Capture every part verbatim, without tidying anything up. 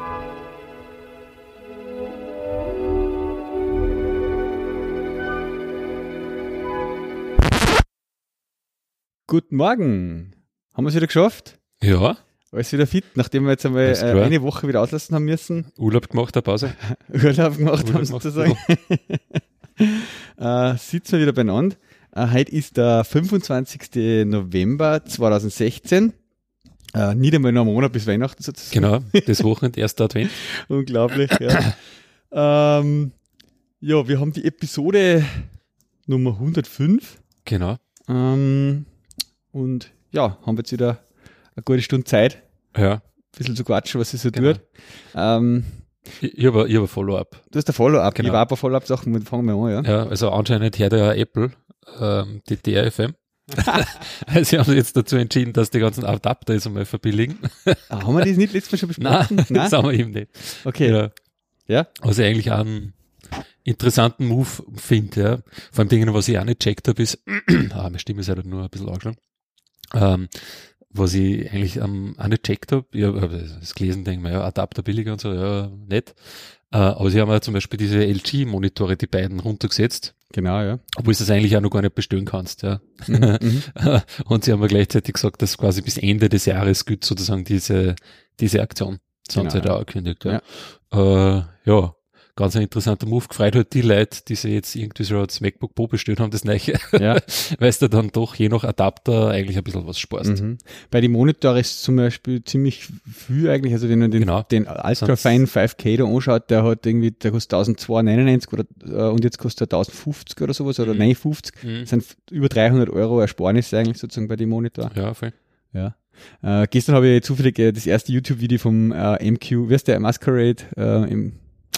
Guten Morgen. Haben wir es wieder geschafft? Ja. Alles wieder fit, nachdem wir jetzt einmal äh, eine Woche wieder auslassen haben müssen. Urlaub gemacht, eine Pause. Urlaub gemacht Urlaub haben sozusagen. äh, sitzen wir wieder beieinander. Äh, heute ist der fünfundzwanzigster November zweitausendsechzehn. Äh, nicht einmal noch ein Monat bis Weihnachten sozusagen. Genau, das Wochenende, erster Advent. Unglaublich, ja. ähm, ja, wir haben die Episode Nummer hundertfünf. Genau. Ähm, und ja, haben jetzt wieder eine gute Stunde Zeit, Ja. ein bisschen zu quatschen, was sie so Genau. tut. Ähm, Ich, ich habe ich hab ein Follow-up. du hast ein Follow-up, Genau. ich habe auch ein paar Follow-up-Sachen, fangen wir an, ja. Ja, also anscheinend hört ja Apple ähm, die D R F M. Also sie haben sich jetzt dazu entschieden, dass die ganzen Adapter jetzt einmal verbilligen. Ah, haben wir das nicht letztes Mal schon besprochen? Nein, das haben wir eben nicht. Okay, Ja. ja. Was ich eigentlich auch einen interessanten Move finde, ja. Vor allem Dingen, was ich auch nicht gecheckt habe, ist, ah, meine Stimme ist halt nur ein bisschen angeschlagen, ähm, was ich eigentlich ähm, auch nicht gecheckt habe, ich habe das gelesen, denke mir, ja, Adapter billiger und so, ja, nett. Äh, aber sie haben ja zum Beispiel diese L G-Monitore, die beiden runtergesetzt, Genau, ja. obwohl du das eigentlich auch noch gar nicht bestellen kannst, ja. Mhm, mhm. Und sie haben ja gleichzeitig gesagt, dass quasi bis Ende des Jahres gilt sozusagen diese, diese Aktion. Das haben Genau, sie halt ja. auch angekündigt, ja. Ja. Äh, ja. Ganz ein interessanter Move. Gefreut halt die Leute, die sich jetzt irgendwie so das MacBook Pro bestellt haben, das neue. Ja. Weil du dann doch je nach Adapter eigentlich ein bisschen was sparst. Mhm. Bei den Monitoren ist zum Beispiel ziemlich viel eigentlich, also wenn man den, Genau. den Ultrafine fünf K da anschaut, der hat irgendwie, der kostet eintausendzweihundertneunundneunzig oder, äh, und jetzt kostet er tausendfünfzig oder sowas oder Mhm. neunundfünfzig. Mhm. Das sind über dreihundert Euro Ersparnis eigentlich sozusagen bei den Monitoren. Ja, voll. Ja. Äh, gestern habe ich zufällig äh, das erste YouTube-Video vom äh, M Q, wie heißt der, Masquerade, äh, im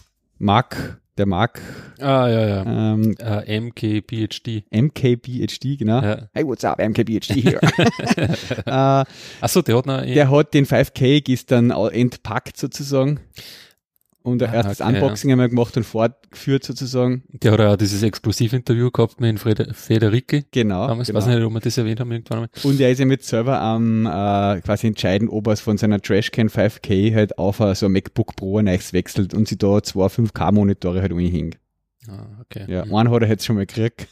Mark, der Mark, Ah, ja, ja. ähm, Äh, M K B H D. M K B H D, genau. Ja. Hey, what's up, M K B H D here. äh, Achso, der hat noch... der hat den fünf K gestern au- entpackt sozusagen und er Ah, hat das okay, Unboxing einmal gemacht und fortgeführt sozusagen. Der hat auch dieses Exklusivinterview gehabt mit Fred Federici. Genau. Damals, genau. weiß nicht, ob wir das erwähnt haben irgendwann einmal. Und er ist ja mit selber am äh, quasi entscheiden, ob er es von seiner Trashcan fünf K halt auf äh, so ein MacBook Pro ein neues wechselt und sie da zwei fünf K Monitore halt anhängt. Ah, okay. Ja, Mhm. einen hat er jetzt schon mal gekriegt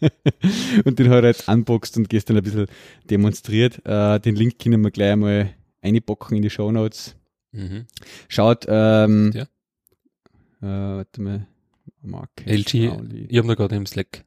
und den hat er jetzt unboxed und gestern ein bisschen demonstriert. Äh, den Link können wir gleich einmal einpacken in die Shownotes. Mhm. Schaut, ähm, Ja. äh, warte mal, Marcus L G, Rowley. ich habe noch gerade im Slack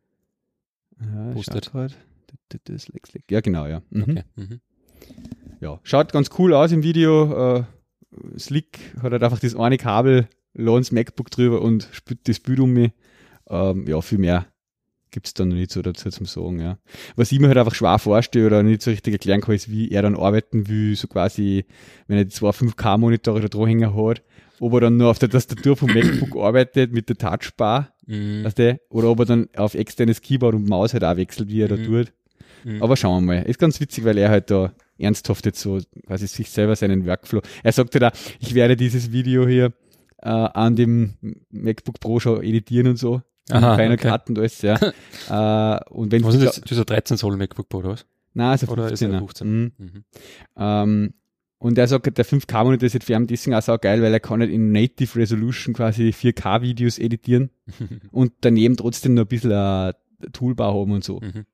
Ja, postet. schaut grad. Das- das- Slack, Slack. Ja, genau, ja. Mhm. Okay. Mhm. Ja, schaut ganz cool aus im Video. Äh, Slick hat halt einfach das eine Kabel, lohnt MacBook drüber und spült das Bild um mich. Ähm, ja, viel mehr gibt's da noch nicht so dazu zum Sagen, ja. Was ich mir halt einfach schwer vorstelle oder nicht so richtig erklären kann, ist, wie er dann arbeiten will, so quasi, wenn er die zwei fünf K Monitore da dranhängen hat, ob er dann nur auf der Tastatur vom MacBook arbeitet mit der Touchbar, Mhm. weißt du, oder ob er dann auf externes Keyboard und Maus halt auch wechselt, wie er da Mhm. tut. Mhm. Aber schauen wir mal. Ist ganz witzig, weil er halt da ernsthaft jetzt so quasi sich selber seinen Workflow. Er sagt halt auch, ich werde dieses Video hier äh, an dem MacBook Pro schon editieren und so. Aha, Final okay. Cut und alles, ja. äh, und wenn Was ist das? Dieser dreizehn Zoll MacBook Pro oder was? Nein, also Oder ist fünfzehner. er fünfzehn? Mhm. Mhm. Ähm, und er sagt, der fünf K Monitor ist halt für ihn deswegen auch sau geil, weil er kann halt in Native Resolution quasi vier K Videos editieren und daneben trotzdem noch ein bisschen eine Toolbar haben und so. Mhm.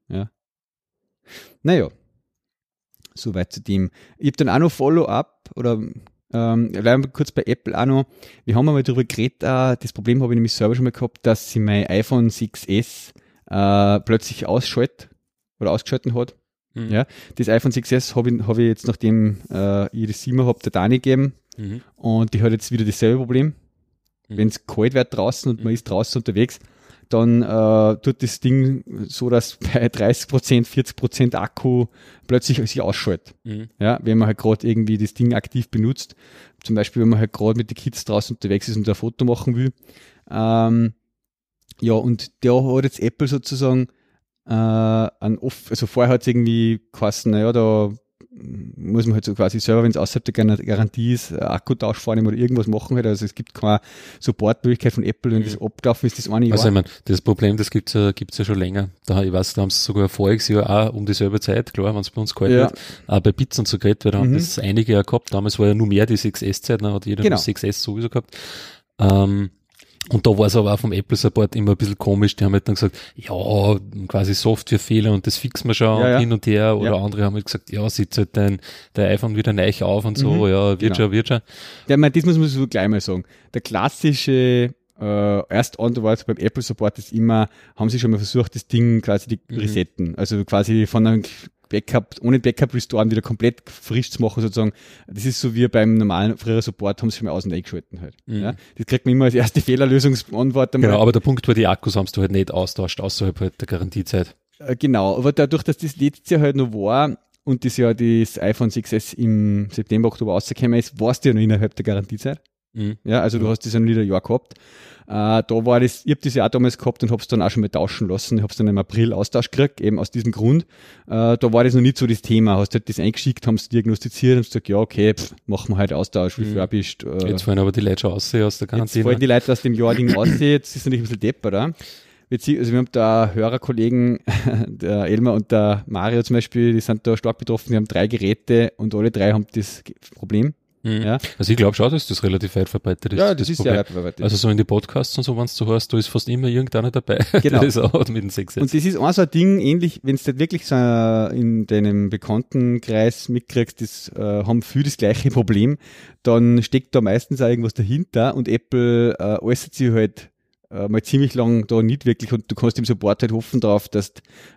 Naja, soweit zu dem. Ich habe dann auch noch Follow-up oder ähm, bleiben wir kurz bei Apple auch noch. Wir haben einmal darüber geredet, äh, das Problem habe ich nämlich selber schon mal gehabt, dass sie mein iPhone sechs S äh, plötzlich ausschaltet oder ausgeschalten hat. Mhm. Ja, das iPhone sechs S habe ich, hab ich jetzt, nachdem äh, ich das sieben habe, der Dani gegeben Mhm. und die hat jetzt wieder dasselbe Problem. Mhm. Wenn es kalt wird draußen und man ist draußen unterwegs, dann äh, tut das Ding so, dass bei dreißig Prozent, vierzig Prozent Akku plötzlich sich ausschaltet. Mhm. Ja, wenn man halt gerade irgendwie das Ding aktiv benutzt. Zum Beispiel, wenn man halt gerade mit den Kids draußen unterwegs ist und ein Foto machen will. Ähm, ja, und da hat jetzt Apple sozusagen äh, ein off, also vorher hat es irgendwie geheißen, naja, da muss man halt so quasi selber, wenn es außerhalb der Garantie ist, Akkutausch vornehmen oder irgendwas machen halt. Also es gibt keine Supportmöglichkeit von Apple, wenn mhm. das abgelaufen ist, das eine Jahr. Also ich meine, das Problem, das gibt's ja, gibt's ja schon länger. Da, ich weiß, da haben sie sogar voriges Jahr auch um dieselbe Zeit, klar, wenn es bei uns gehalten ja. wird, auch bei Bits und so geredet, weil da haben Mhm. das einige ja gehabt. Damals war ja nur mehr die sechs S-Zeit, dann hat jeder Genau. nur sechs S sowieso gehabt. Ähm, Und da war es aber auch vom Apple Support immer ein bisschen komisch. Die haben halt dann gesagt, ja, quasi Softwarefehler und das fixen wir schon Ja, ja. hin und her. Oder Ja. andere haben halt gesagt, ja, sitzt halt dein, dein iPhone wieder neu auf und so. Mhm. Ja, wird Genau. schon, wird schon. Ja, ich meine, das muss man so gleich mal sagen. Der klassische äh, Erstantwort beim Apple Support ist immer, haben sie schon mal versucht, das Ding quasi die Mhm. resetten. Also quasi von einem Backup, ohne Backup restoren, wieder komplett frisch zu machen sozusagen. Das ist so wie beim normalen früheren Support, haben sie schon mal aus und eingeschalten halt. Mhm. Ja? Das kriegt man immer als erste Fehlerlösungsantwort einmal. Genau, aber der Punkt war, die Akkus haben du halt nicht austauscht, außerhalb halt der Garantiezeit. Äh, Genau, aber dadurch, dass das letztes Jahr halt noch war und das ja das iPhone sechs S im September, Oktober rausgekommen ist, warst du ja noch innerhalb der Garantiezeit. Mhm. Ja, also du hast das ja noch nicht ein Jahr gehabt. Äh, da war das, ich habe das ja auch damals gehabt und hab's dann auch schon mal tauschen lassen. Ich hab's dann im April Austausch gekriegt, eben aus diesem Grund. Äh, da war das noch nicht so das Thema. Hast halt das eingeschickt, haben es diagnostiziert und gesagt, ja, okay, pf, machen wir halt Austausch, wie Mhm. viel bist. Äh, Jetzt fallen aber die Leute schon aussehen aus der Jetzt Garantie. fallen die Leute aus dem Jahr Ding aussehen, jetzt ist natürlich ein bisschen deppert, oder? Also wir haben da Hörerkollegen, der Elmar und der Mario zum Beispiel, die sind da stark betroffen, die haben drei Geräte und alle drei haben das Problem. Mhm. Ja. Also ich glaube schon, dass das relativ weit verbreitet ist. Ja, das, ist Problem. sehr weit verbreitet. Also so in die Podcasts und so, wenn du hörst, da ist fast immer irgendeiner dabei, Genau. der das auch hat mit dem sechs S. Und das ist auch so ein Ding, ähnlich, wenn du das wirklich so in deinem Bekanntenkreis mitkriegst, das äh, haben viele das gleiche Problem, dann steckt da meistens auch irgendwas dahinter und Apple äh, äußert sich halt äh, mal ziemlich lang da nicht wirklich und du kannst im Support halt hoffen darauf, dass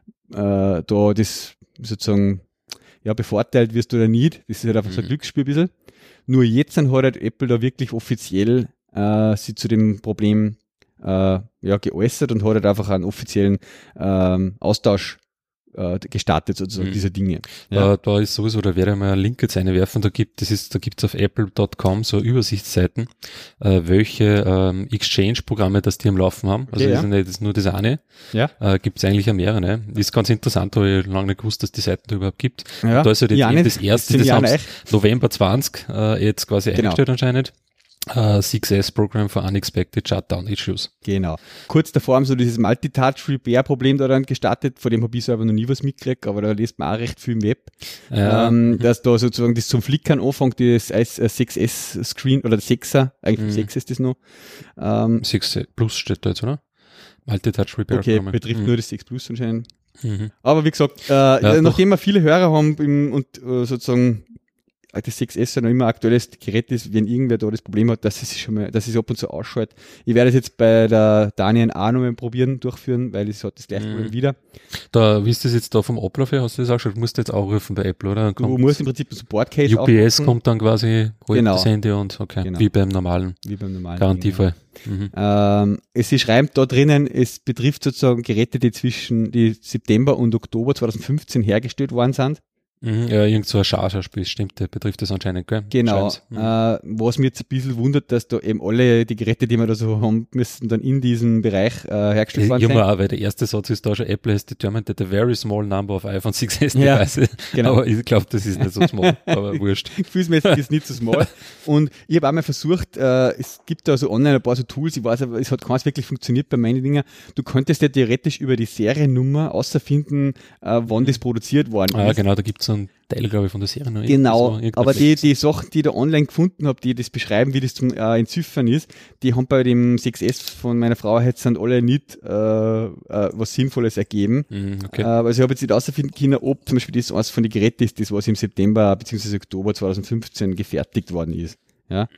äh, da das sozusagen ja bevorteilt wirst oder nicht. Das ist halt einfach so ein Mhm. Glücksspiel ein bisschen. Nur jetzt hat halt Apple da wirklich offiziell äh, sich zu dem Problem äh, ja, geäußert und hat halt einfach einen offiziellen ähm, Austausch äh, gestartet, sozusagen, Mhm. dieser Dinge. Da, Ja. da ist sowieso, da werde ich mal einen Link jetzt einwerfen, da gibt es ist, da gibt's auf apple Punkt com so Übersichtsseiten, äh, welche ähm, Exchange-Programme das die am Laufen haben. Also Okay, das ja. ist nicht das ist nur das eine. Ja. Äh, gibt's eigentlich auch mehrere. Ist ganz interessant, habe ich lange nicht gewusst, dass die Seiten da überhaupt gibt. Ja. Da ist halt jetzt Ja, eben nicht. das erste, sind das ja haben nicht. November zwanzig äh, jetzt quasi Genau. eingestellt anscheinend. Uh, six S Program for Unexpected Shutdown Issues. Genau. Kurz davor haben so dieses Multitouch-Repair-Problem da dann gestartet, von dem habe ich selber noch nie was mitgekriegt, aber da liest man auch recht viel im Web, Ja. ähm, dass da sozusagen das zum Flickern anfängt, das sechs S-Screen oder das sechser, eigentlich Mhm. sechs ist das noch. Ähm, six Plus steht da jetzt, oder? Multi-Touch Repair okay, Programme. betrifft Mhm. nur das sechs Plus anscheinend. Mhm. Aber wie gesagt, äh, Ja, nachdem wir viele Hörer haben im, und äh, sozusagen äh, das sechs S ja noch immer ein aktuelles Gerät ist, wenn irgendwer da das Problem hat, dass es schon mal, dass es ab und zu ausschaltet. Ich werde es jetzt bei der Daniel auch noch mal probieren, durchführen, weil es hat das gleiche Mhm. Problem wieder. Da, wie ist das jetzt da vom Ablauf her? Hast du das auch schon? Du musst jetzt auch rufen bei Apple, oder? Dann Du kommt musst im Prinzip einen Support-Case U P S aufmachen, kommt dann quasi, holt Genau. das Handy und, okay, Genau. wie beim normalen wie beim normalen Garantiefall. Mhm. Ding. Ähm, es ist schreibt da drinnen, es betrifft sozusagen Geräte, die zwischen die September und Oktober zweitausendfünfzehn hergestellt worden sind. Mhm. Ja, irgend so ein Charger-Spiel, stimmt, der betrifft das anscheinend, gell? Genau. Scheint's. Mhm. Äh, was mir jetzt ein bisschen wundert, dass da eben alle die Geräte, die wir da so haben, müssten dann in diesem Bereich äh, hergestellt Ich worden habe sein. auch, weil der erste Satz ist da schon, Apple has determined that a very small number of iPhone six S Ja, devices. genau. Aber ich glaube, das ist nicht so small, aber wurscht. Gefühlsmäßig ist nicht so small. Und ich habe auch mal versucht, äh, es gibt da so online ein paar so Tools, ich weiß aber, es hat keins wirklich funktioniert bei meinen Dingen. Du könntest ja theoretisch über die Seriennummer außerfinden, äh, wann das produziert worden Ah, ist. genau, da gibt es so einen Teil, glaube ich, von der Serie noch. Genau, so, irgendein aber die, Flex. die Sachen, die ich da online gefunden habe, die das beschreiben, wie das zum äh, Entziffern ist, die haben bei dem sechs S von meiner Frau jetzt sind alle nicht äh, äh, was Sinnvolles ergeben. Mhm, okay. Äh, also ich habe jetzt nicht herausfinden können, ob zum Beispiel das eines von den Geräten ist, das was im September bzw. Oktober zweitausendfünfzehn gefertigt worden ist. Ja.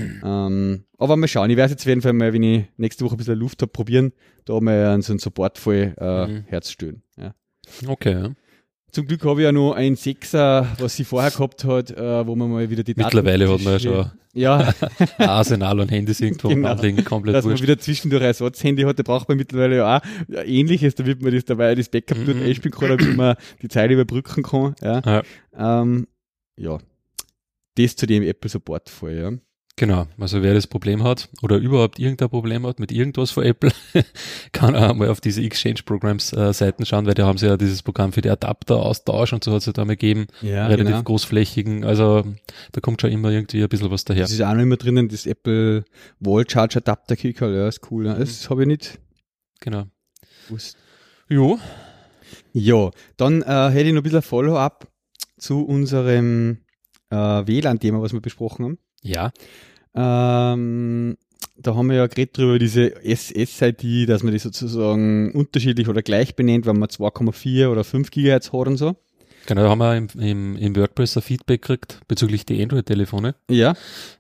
ähm, aber mal schauen, ich werde jetzt auf jeden Fall mal, wenn ich nächste Woche ein bisschen Luft habe, probieren, da mal an so einen Supportfall äh, Mhm. herzustellen. Ja. Okay, ja. Zum Glück habe ich ja noch ein Sechser, was sie vorher gehabt hat, äh, wo man mal wieder die Daten... Mittlerweile hat man ja schon Ja, ein Arsenal und Handys irgendwo Genau. anlegen, komplett dass man wurscht. wieder zwischendurch ein Ersatzhandy hat, da braucht man mittlerweile ja auch ja, Ähnliches, damit man das dabei das Backup Mhm. dort einspielen kann, damit man die Zeit überbrücken kann. Ja, Ja. ähm, ja. Das zu dem Apple Support Fall, ja. Genau, also wer das Problem hat oder überhaupt irgendein Problem hat mit irgendwas von Apple, kann auch mal auf diese Exchange-Programs-Seiten äh, schauen, weil da haben sie ja dieses Programm für die Adapter-Austausch und so hat es ja da mal gegeben, Ja, relativ genau. großflächigen, also da kommt schon immer irgendwie ein bisschen was daher. Das ist auch noch immer drinnen, das Apple Wall Charge Adapter Kicker, ja, ist cool. Ja. Das Mhm. habe ich nicht Genau. gewusst. Jo. Ja, dann äh, hätte ich noch ein bisschen ein Follow-up zu unserem äh, W L A N-Thema, was wir besprochen haben. Ja. Ähm, da haben wir ja geredet drüber, diese S S I D, dass man die sozusagen unterschiedlich oder gleich benennt, wenn man zwei Komma vier oder fünf Gigahertz hat und so. Genau, da haben wir im, im, im WordPress ein Feedback gekriegt bezüglich die Android-Telefone, Ja,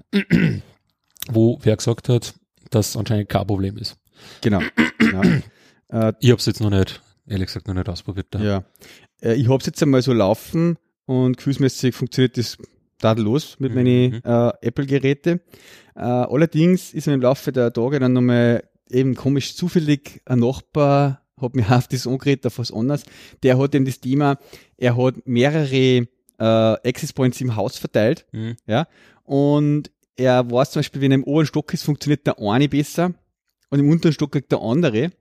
wo wer gesagt hat, dass anscheinend kein Problem ist. genau. Ja, äh, Ich habe es jetzt noch nicht, ehrlich gesagt, noch nicht ausprobiert. Da. ja. Äh, ich habe es jetzt einmal so laufen und gefühlsmäßig funktioniert das tadellos mit Mhm. meinen äh, Apple-Geräten. Äh, allerdings ist mir im Laufe der Tage dann nochmal eben komisch zufällig ein Nachbar hat mir auf das angeredet, auf was anderes. Der hat eben das Thema, er hat mehrere äh, Access Points im Haus verteilt, Mhm. ja, und er weiß zum Beispiel, wenn er im oberen Stock ist, funktioniert der eine besser und im unteren Stock kriegt der andere.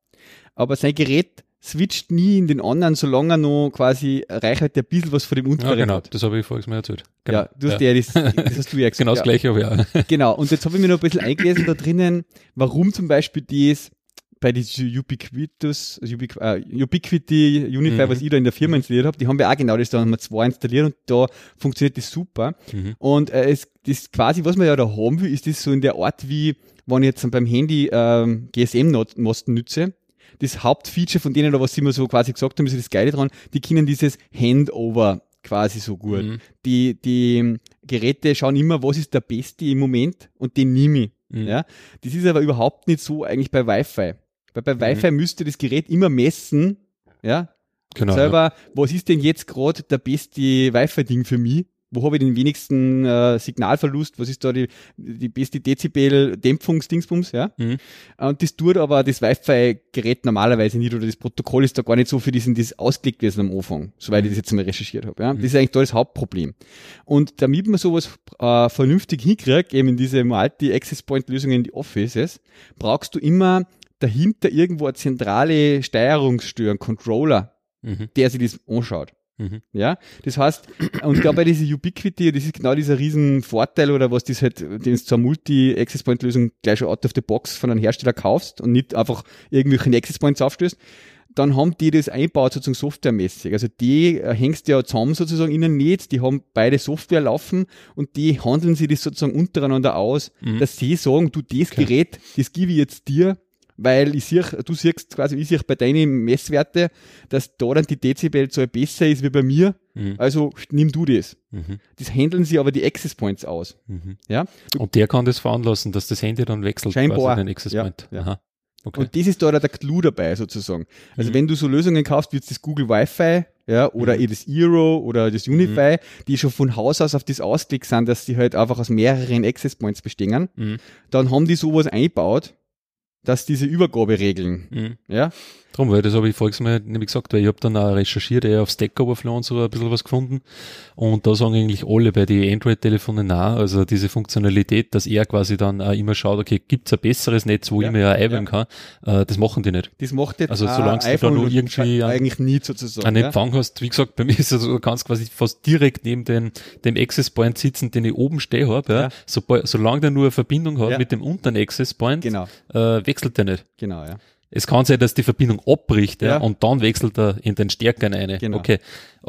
Aber sein Gerät switcht nie in den anderen, solange er noch quasi Reichweite ein bisschen was von dem Ja, unteren genau, hat. das habe ich voriges Mal erzählt. Genau. Ja, du hast ja, das, das hast du ja gesagt. Genau das ja. gleiche habe ich auch. Genau, und jetzt habe ich mir noch ein bisschen eingelesen da drinnen, warum zum Beispiel das bei diesem Ubiquitous, Ubiqu äh, Ubiquiti Unify, Mhm. was ich da in der Firma installiert habe, die haben wir auch genau das, da haben wir zwei installiert und da funktioniert das super. Mhm. Und äh, es, das quasi, was man ja da haben will, ist das so in der Art wie, wenn ich jetzt beim Handy ähm, G S M-Masten nütze. Das Hauptfeature von denen, da was sie immer so quasi gesagt haben, ist das Geile dran, die können dieses Handover quasi so gut. Mhm. Die, die Geräte schauen immer, was ist der Beste im Moment und den nehme ich. Mhm. Ja? Das ist aber überhaupt nicht so eigentlich bei Wi-Fi. Weil bei Mhm. Wi-Fi müsste das Gerät immer messen, ja, Genau. Ja. selber, was ist denn jetzt gerade der beste Wi-Fi-Ding für mich? Wo habe ich den wenigsten äh, Signalverlust? Was ist da die, die beste Dezibel-Dämpfungsdingsbums? Ja? Mhm. Und das tut aber das Wi-Fi-Gerät normalerweise nicht oder das Protokoll ist da gar nicht so für diesen, das ausgelegt gewesen am Anfang, soweit ich das jetzt mal recherchiert habe. Ja? Das ist eigentlich da das Hauptproblem. Und damit man sowas äh, vernünftig hinkriegt, eben in diese Multi-Access-Point-Lösungen in die Offices, brauchst du immer dahinter irgendwo eine zentrale Steuerungssteuer, einen Controller, Mhm. der sich das anschaut. Mhm. Ja, das heißt, und da bei dieser Ubiquiti, das ist genau dieser riesen Vorteil oder was das halt, den du zur Multi-Access-Point-Lösung gleich schon out of the box von einem Hersteller kaufst und nicht einfach irgendwelche Access-Points aufstößt, dann haben die das eingebaut sozusagen softwaremäßig. Also die äh, hängst ja zusammen sozusagen in ein Netz, die haben beide Software laufen und die handeln sich das sozusagen untereinander aus, Mhm. dass sie sagen, du, das Okay. Gerät, das gebe ich jetzt dir, weil ich sehe, du siehst quasi, ich sehe bei deinen Messwerte, dass da dann die Dezibelzahl besser ist wie bei mir, Mhm. also nimm du das. Mhm. Das handeln sie aber die Access Points aus. Mhm. Ja? Und der kann das veranlassen, dass das Handy dann wechselt, Scheinbar. quasi den Access Ja, Point. ja. Aha. Okay. Und das ist da der Clou dabei sozusagen. Also Mhm. wenn du so Lösungen kaufst, wie jetzt das Google Wi-Fi, ja, oder Mhm. eh das Eero oder das Unify, die schon von Haus aus auf das ausgelegt sind, dass sie halt einfach aus mehreren Access Points bestehen, Mhm. dann haben die sowas eingebaut, dass diese Übergabe regeln. Mhm. Ja? Drum, weil das habe ich voriges Mal nämlich gesagt, weil ich habe dann auch recherchiert, eher auf Stack Overflow und so ein bisschen was gefunden. Und da sagen eigentlich alle bei den Android-Telefonen nah, also diese Funktionalität, dass er quasi dann auch immer schaut, okay, gibt's ein besseres Netz, wo Ja, ich mir ja einwählen ja. kann, äh, das machen die nicht. Das macht jetzt Also ein solange du da iPhone nur irgendwie an- eigentlich nie sozusagen. Einen ja? Empfang hast, wie gesagt, bei mir ist es so, du kannst quasi fast direkt neben den, dem Access Point sitzen, den ich oben stehen habe, ja. Ja. Sobald, solange der nur eine Verbindung hat Ja. mit dem unteren Access Point, Genau, äh, wechselt der nicht. genau, ja. Es kann sein, dass die Verbindung abbricht, ja, Ja. und dann wechselt er in den stärkeren eine. Genau. Okay.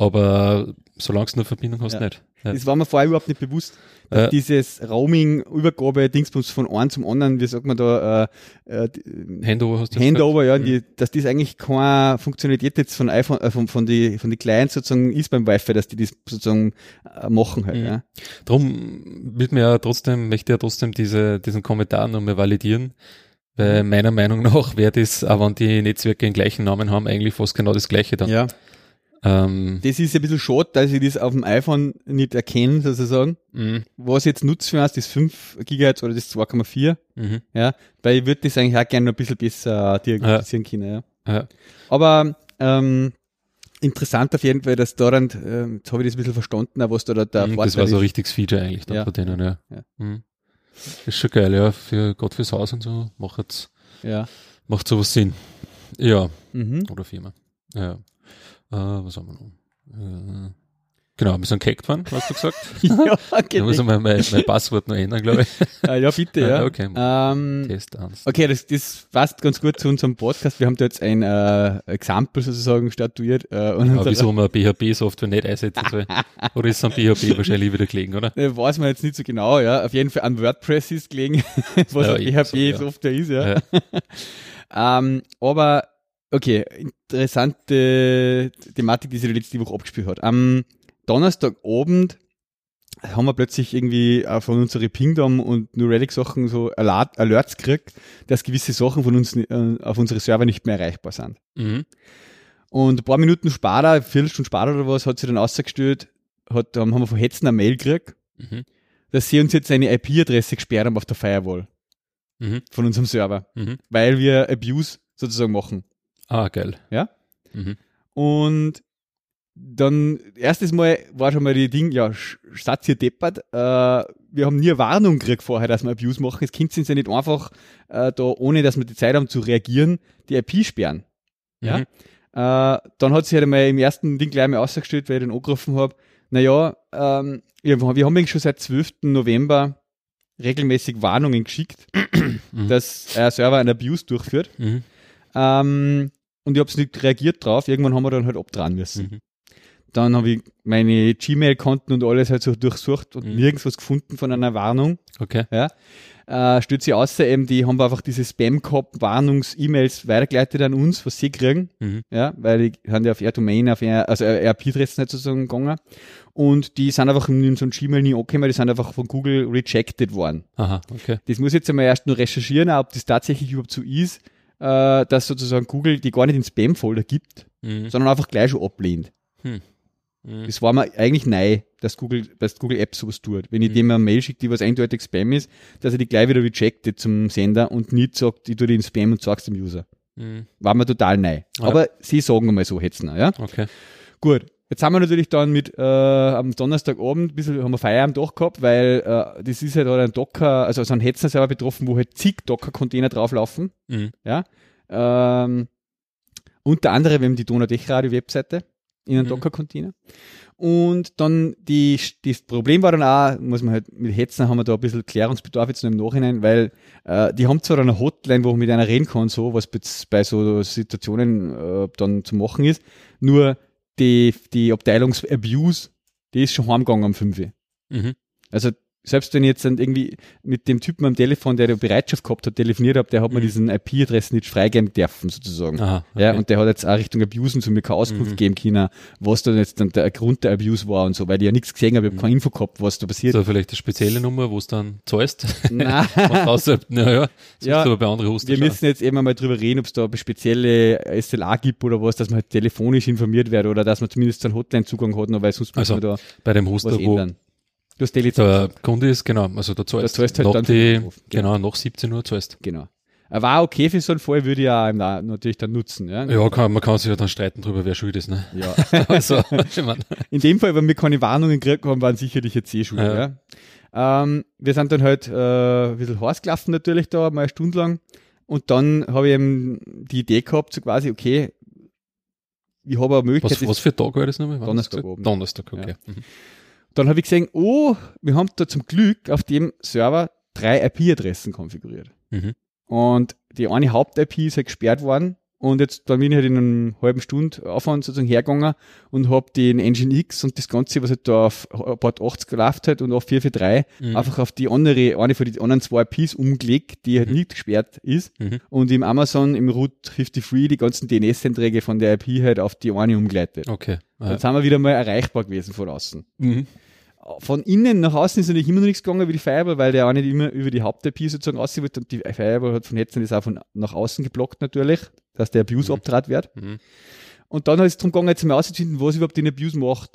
Aber solange du nur Verbindung hast, Ja. nicht. Ja. Das war mir vorher überhaupt nicht bewusst, dass Ja. dieses Roaming-Übergabe-Dingsbums von einem zum anderen, wie sagt man da, äh, äh, Handover hast du jetzt Handover, ja, gesagt? die, dass das eigentlich keine Funktionalität jetzt von iPhone, äh, von, von die, von die Clients sozusagen ist beim Wi-Fi, dass die das sozusagen äh, machen halt, Mhm. ja. Drum wird mir ja trotzdem, möchte ja trotzdem diese, diesen Kommentar nochmal validieren. Weil meiner Meinung nach wäre das, auch wenn die Netzwerke den gleichen Namen haben, eigentlich fast genau das gleiche dann. Ja. Ähm, Das ist ein bisschen schade, dass ich das auf dem iPhone nicht erkenne, sozusagen. mh, Was ich jetzt nutze für uns, das fünf Gigahertz oder das zwei Komma vier, mhm, ja, weil ich würde das eigentlich auch gerne noch ein bisschen besser diagnostizieren können, ja. ja. Aber ähm, interessant auf jeden Fall, dass da dann, ähm, jetzt habe ich das ein bisschen verstanden, auch was da der, der Mhm, Vorteil das war so ein ist. richtiges Feature eigentlich dann Ja. von denen, ja. Ja. Mhm. ist schon geil, ja, für Gott fürs Haus und so macht Ja. macht sowas Sinn. Ja, Mhm. oder Firma. Ja. Äh, was haben wir noch? Äh, genau, wir sind gehackt worden, hast du gesagt? Ja, Da muss ich genau. mal mein, mein Passwort noch ändern, glaube ich. Ah, ja, bitte, ja. Ah, okay. Ähm, Test eins. okay, das, das passt ganz gut zu unserem Podcast. Wir haben da jetzt ein äh, Exempel sozusagen statuiert. Äh, und Ja, unsere- wieso man P H P-Software nicht einsetzen soll. Oder ist es an P H P wahrscheinlich wieder gelegen, oder? Äh, weiß man jetzt nicht so genau, ja. Auf jeden Fall an WordPress ist gelegen, was Ja, eine eben so, ja. P H P-Software ist, ja. Ja. ähm, aber, okay, interessante Thematik, die sich letzte Woche abgespielt hat. Am Donnerstagabend haben wir plötzlich irgendwie äh, von unseren Pingdom und New Relic Sachen so Alert, Alerts gekriegt, dass gewisse Sachen von uns äh, auf unsere Server nicht mehr erreichbar sind. Mhm. Und ein paar Minuten später, eine Viertelstunde später oder was, hat sie dann ausgestellt, hat, haben wir von Hetzen eine Mail gekriegt, Mhm. dass sie uns jetzt eine I P-Adresse gesperrt haben auf der Firewall Mhm. von unserem Server, Mhm. weil wir Abuse sozusagen machen. Ah, geil. Ja? Mhm. Und dann, erstes Mal war schon mal die Ding, ja, sch- Satz hier deppert, äh, wir haben nie eine Warnung gekriegt vorher, dass wir Abuse machen. Es können sie ja nicht einfach äh, da, ohne dass wir die Zeit haben zu reagieren, die I P sperren. Ja? Mhm. Äh, dann hat sie halt einmal im ersten Ding gleich mal ausgestellt, weil ich den angerufen habe, naja, ähm, ja, wir haben eigentlich schon seit zwölften November regelmäßig Warnungen geschickt, Mhm. dass ein Server einen Abuse durchführt. Mhm. Ähm, und ich habe nicht reagiert drauf. Irgendwann haben wir dann halt abdrehen müssen. Mhm. Dann habe ich meine Gmail-Konten und alles halt so durchsucht und Mhm. nirgends was gefunden von einer Warnung. Okay. Äh, stellt sich außer eben, die haben einfach diese Spam-Cop-Warnungs-E-Mails weitergeleitet an uns, was sie kriegen. Mhm. Ja, weil die haben ja auf ihre Domain, auf ihre, also ihre I P-Adressen nicht sozusagen gegangen. Und die sind einfach in so ein Gmail nie angekommen, die sind einfach von Google rejected worden. Aha, okay. Das muss ich jetzt einmal erst nur recherchieren, ob das tatsächlich überhaupt so ist, äh, dass sozusagen Google die gar nicht in Spam-Folder gibt, Mhm. sondern einfach gleich schon ablehnt. Hm. Mhm. Das war mir eigentlich neu, dass Google, dass Google Apps sowas tut. Wenn ich Mhm. dem eine Mail schicke, die was eindeutig Spam ist, dass er die gleich wieder rejected zum Sender und nicht sagt, ich tue die in Spam und sag's dem User. Mhm. War mir total neu. Ja. Aber sie sagen einmal so jetzt noch, ja. Okay. Gut. Jetzt haben wir natürlich dann mit äh, am Donnerstagabend ein bisschen haben wir Feier am Dach gehabt, weil äh, das ist halt halt ein Docker, also so ein Hetzner-Server betroffen, wo halt zig Docker-Container drauflaufen. Mhm. Ja. Ähm, unter anderem eben die Donau-Tech-Radio-Webseite in einem Mhm. Docker-Container. Und dann die, das Problem war dann auch, muss man halt, mit Hetzner haben wir da ein bisschen Klärungsbedarf jetzt noch im Nachhinein, weil äh, die haben zwar eine Hotline, wo man mit einer reden kann, so, was bei, bei so Situationen äh, dann zu machen ist, nur die, die Abteilungs-Abuse, die ist schon heimgegangen am fünf. Mhm. Also selbst wenn ich jetzt dann irgendwie mit dem Typen am Telefon, der da Bereitschaft gehabt hat, telefoniert habe, der hat mir Mhm. diesen I P-Adressen nicht freigeben dürfen, sozusagen. Aha, okay. Ja, und der hat jetzt auch Richtung Abusen zu mir keine Auskunft Mhm. geben können, was da jetzt dann der Grund der Abuse war und so, weil ich ja nichts gesehen habe, ich habe Mhm. keine Info gehabt, was da passiert. So, vielleicht eine spezielle Nummer, wo es dann zahlst. Nein. Und außerhalb, naja, sonst Ja, aber bei anderen Hoster Wir schauen. müssen jetzt eben einmal drüber reden, ob es da eine spezielle S L A gibt oder was, dass man halt telefonisch informiert wird oder dass man zumindest einen Hotline-Zugang hat, noch, weil sonst muss Also, man da bei dem was Hoster, wo ändern. Du hast Telezeit. der Kunde ist, genau, also da zahlst Da zahlst halt nach dann die, für den Anruf. genau, nach siebzehn Uhr zahlst. Genau. Er war okay für so einen Fall, würde ich auch im Na- natürlich dann nutzen. Ja, Ja, kann, man kann sich ja dann streiten drüber, wer schuld ist, ne? ja. Also, ich mein, In dem Fall, wenn wir keine Warnungen gekriegt haben, waren sicherlich jetzt eh schuld. Ja. Ja. Ähm, wir sind dann halt äh, ein bisschen heiß gelaufen natürlich da, mal eine Stunde lang. Und dann habe ich eben die Idee gehabt, so quasi, okay, ich habe eine Möglichkeit. was, was für Tag war das nochmal? Wann Donnerstag hast du gesagt? oben. Donnerstag, okay. Mhm. Dann habe ich gesehen, oh, wir haben da zum Glück auf dem Server drei I P-Adressen konfiguriert. Mhm. Und die eine Haupt-I P ist halt gesperrt worden. Und jetzt, dann bin ich halt in einer halben Stunde Aufwand sozusagen hergegangen und habe den Engine X und das Ganze, was halt da auf Port achtzig läuft hat und auf vier vier drei, Mhm. einfach auf die andere, eine von den anderen zwei I Ps umgelegt, die halt Mhm. nicht gesperrt ist. Mhm. Und im Amazon, im Route fünfundfünfzig, die ganzen D N S-Einträge von der I P halt auf die eine umgeleitet. Okay. Ah, Jetzt sind wir wieder mal erreichbar gewesen von außen. mhm. Von innen nach außen ist natürlich immer noch nichts gegangen wie die Firewall, weil der auch nicht immer über die Haupt-I P sozusagen aussehen wird und die Firewall hat von jetzt an ist auch von nach außen geblockt natürlich, dass der Abuse Mhm. abtrat wird. Mhm. Und dann ist es darum gegangen, jetzt mal auszufinden, was überhaupt den Abuse macht.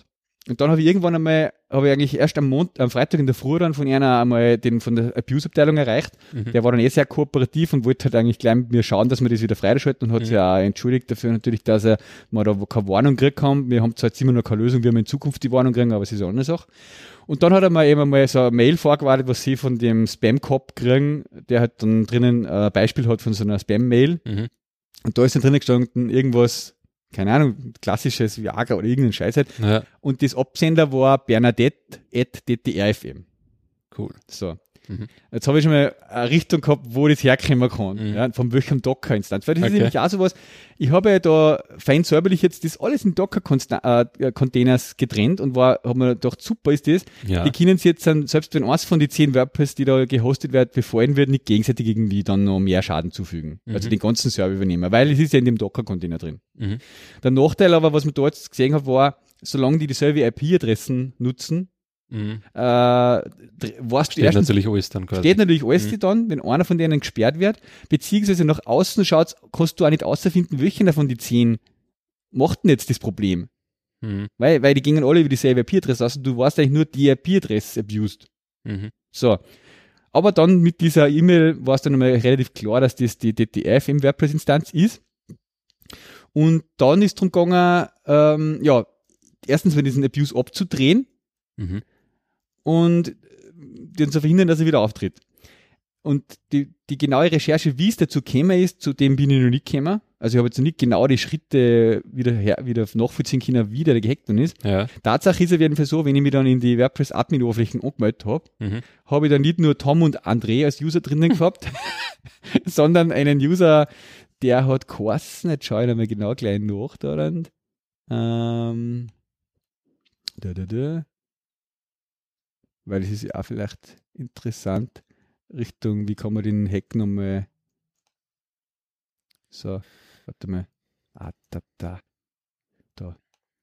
und dann habe ich irgendwann einmal, habe ich eigentlich erst am Mond, am Freitag in der Früh dann von einer einmal den von der Abuse-Abteilung erreicht. Mhm. Der war dann eh sehr kooperativ und wollte halt eigentlich gleich mit mir schauen, dass wir das wieder freischalten und hat Mhm. sich auch entschuldigt dafür natürlich, dass er mal da keine Warnung gekriegt haben. Wir haben zwar jetzt immer noch keine Lösung, wie wir in Zukunft die Warnung kriegen, aber es ist eine andere Sache. Und dann hat er mir eben mal so eine Mail vorgewartet, was sie von dem Spam-Cop kriegen, der halt dann drinnen ein Beispiel hat von so einer Spam-Mail. Mhm. Und da ist dann drinnen gestanden, irgendwas, keine Ahnung, klassisches Viagra oder irgendein Scheiß halt. Ja, Und das Absender war Bernadette at d t r f m. cool. So. Mhm. Jetzt habe ich schon mal eine Richtung gehabt, wo das herkommen kann. Mhm. Ja, von welchem Docker-Instanz. Weil das Okay. ist nämlich auch sowas. Ich habe ja da fein säuberlich jetzt das alles in Docker-Containers getrennt und war, habe mir gedacht, super ist das. Ja. Die können sich jetzt, dann, selbst wenn eins von den zehn WordPress, die da gehostet wird, befallen wird, nicht gegenseitig irgendwie dann noch mehr Schaden zufügen. Mhm. Also den ganzen Server übernehmen, weil es ist ja in dem Docker-Container drin. Mhm. Der Nachteil aber, was man da jetzt gesehen hat, war, solange die dieselbe I P-Adressen nutzen, Mhm. äh, weißt du Steht erstens, natürlich alles dann quasi. steht natürlich alles Mhm. dann, wenn einer von denen gesperrt wird, beziehungsweise nach außen schaut, kannst du auch nicht außerfinden, welchen davon die zehn macht denn jetzt das Problem. Mhm. Weil, weil die gingen alle über dieselbe I P-Adresse aus und du warst eigentlich nur die I P-Adresse abused. Mhm. So. Aber dann mit dieser E-Mail war es dann einmal relativ klar, dass das die D T F im WordPress-Instanz ist. Und dann ist drum gegangen, ähm, ja, erstens, wenn diesen Abuse abzudrehen, Mhm. und den zu verhindern, dass er wieder auftritt. Und die, die genaue Recherche, wie es dazu gekommen ist, zu dem bin ich noch nicht gekommen. Also ich habe jetzt noch nicht genau die Schritte wieder, her, wieder nachvollziehen können, wie der gehackt worden ist. Ja. Tatsache ist auf jeden Fall so, wenn ich mich dann in die WordPress-Admin-Oberflächen angemeldet habe, Mhm. habe ich dann nicht nur Tom und André als User drinnen gehabt, sondern einen User, der hat geheißen, jetzt schaue ich nochmal genau gleich nach daran. Ähm, da, da, da. Weil es ist ja auch vielleicht interessant, Richtung, wie kann man den Hack nochmal, so, warte mal, ah, da, da, da.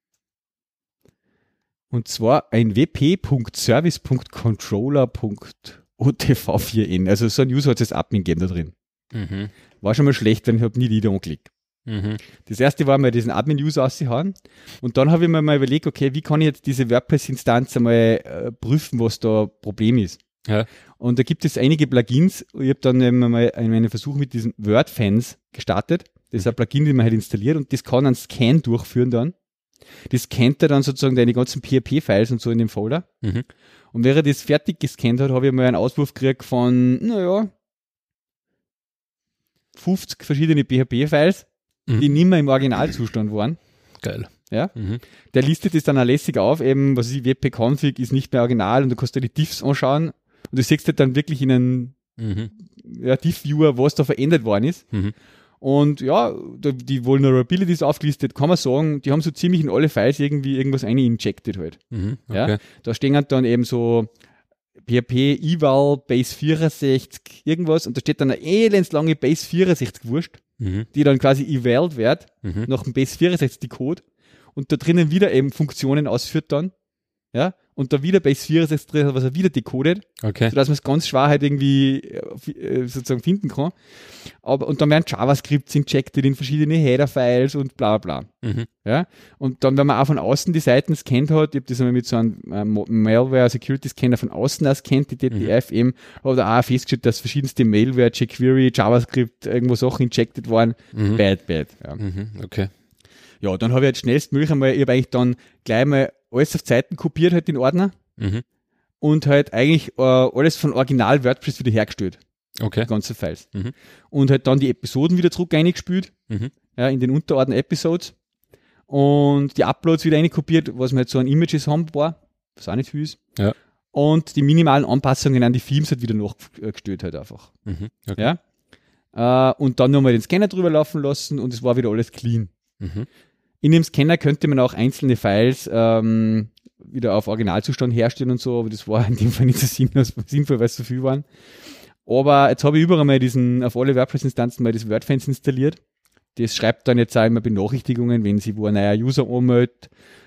Und zwar ein w p punkt service punkt controller punkt o t v vier n, also so ein User hat es als Admin gegeben da drin. Mhm. War schon mal schlecht, wenn ich habe nie wieder angeklickt. Mhm. Das erste war mal diesen Admin-User auszuhauen und dann habe ich mir mal überlegt, okay, wie kann ich jetzt diese WordPress-Instanz einmal äh, prüfen, was da Problem ist. Ja. Und da gibt es einige Plugins. Ich habe dann eben mal einen Versuch mit diesen WordFans gestartet. Das ist ein Plugin, den man halt installiert und das kann einen Scan durchführen dann. Das scannt er dann sozusagen deine ganzen P H P-Files und so in dem Folder. Mhm. Und während er das fertig gescannt hat, habe ich mal einen Auswurf gekriegt von, naja, fünfzig verschiedene P H P-Files, Mhm. die nicht mehr im Originalzustand waren. Geil. Ja? Mhm. Der listet das dann auch lässig auf, eben, was ich, W P-Config ist nicht mehr original und du kannst dir die Diffs anschauen und du siehst halt dann wirklich in einem Mhm. ja, Diff-Viewer, was da verändert worden ist. Mhm. Und ja, da- die Vulnerabilities aufgelistet, kann man sagen, die haben so ziemlich in alle Files irgendwie irgendwas eine injected halt. Mhm. Ja? Okay. Da stehen halt dann eben so P H P, Eval, Base vierundsechzig, irgendwas und da steht dann eine elendslange Base vierundsechzig Wurst, Mhm. die dann quasi evaled wird, Mhm. nach dem Base vierundsechzig die Code und da drinnen wieder eben Funktionen ausführt dann, ja, und da wieder Base vierundsechzig drin hat, was er wieder decodet, Okay. sodass man es ganz schwer halt irgendwie äh, sozusagen finden kann. Aber, und dann werden JavaScripts injected in verschiedene Header-Files und bla bla. Mhm. Ja? Und dann, wenn man auch von außen die Seiten scannt hat, ich habe das einmal mit so einem äh, Malware-Security-Scanner von außen aus scannt, die D T F Mhm. eben, habe da auch festgestellt, dass verschiedenste Malware, jQuery, JavaScript, irgendwo Sachen injected waren. Mhm. Bad, bad. Ja. Mhm. Okay. Ja, dann habe ich jetzt schnellstmöglich einmal, ich habe eigentlich dann gleich mal alles auf Seiten kopiert, halt den Ordner Mhm. und halt eigentlich äh, alles von Original WordPress wieder hergestellt, Okay. die ganzen Files. Mhm. Und halt dann die Episoden wieder zurück eingespielt, Mhm. ja, in den Unterordner Episodes und die Uploads wieder einkopiert, was wir halt so an Images haben war, was auch nicht viel ist. Ja. Und die minimalen Anpassungen an die Themes halt wieder nachgestellt halt einfach. Mhm. Okay. Ja. Äh, und dann nochmal den Scanner drüber laufen lassen und es war wieder alles clean. Mhm. In dem Scanner könnte man auch einzelne Files ähm, wieder auf Originalzustand herstellen und so, aber das war in dem Fall nicht so sinnvoll, weil es so viel waren. Aber jetzt habe ich überall mal diesen, auf alle WordPress-Instanzen mal das WordFans installiert. Das schreibt dann jetzt auch immer Benachrichtigungen, wenn sie wo ein neuer User anmeldet,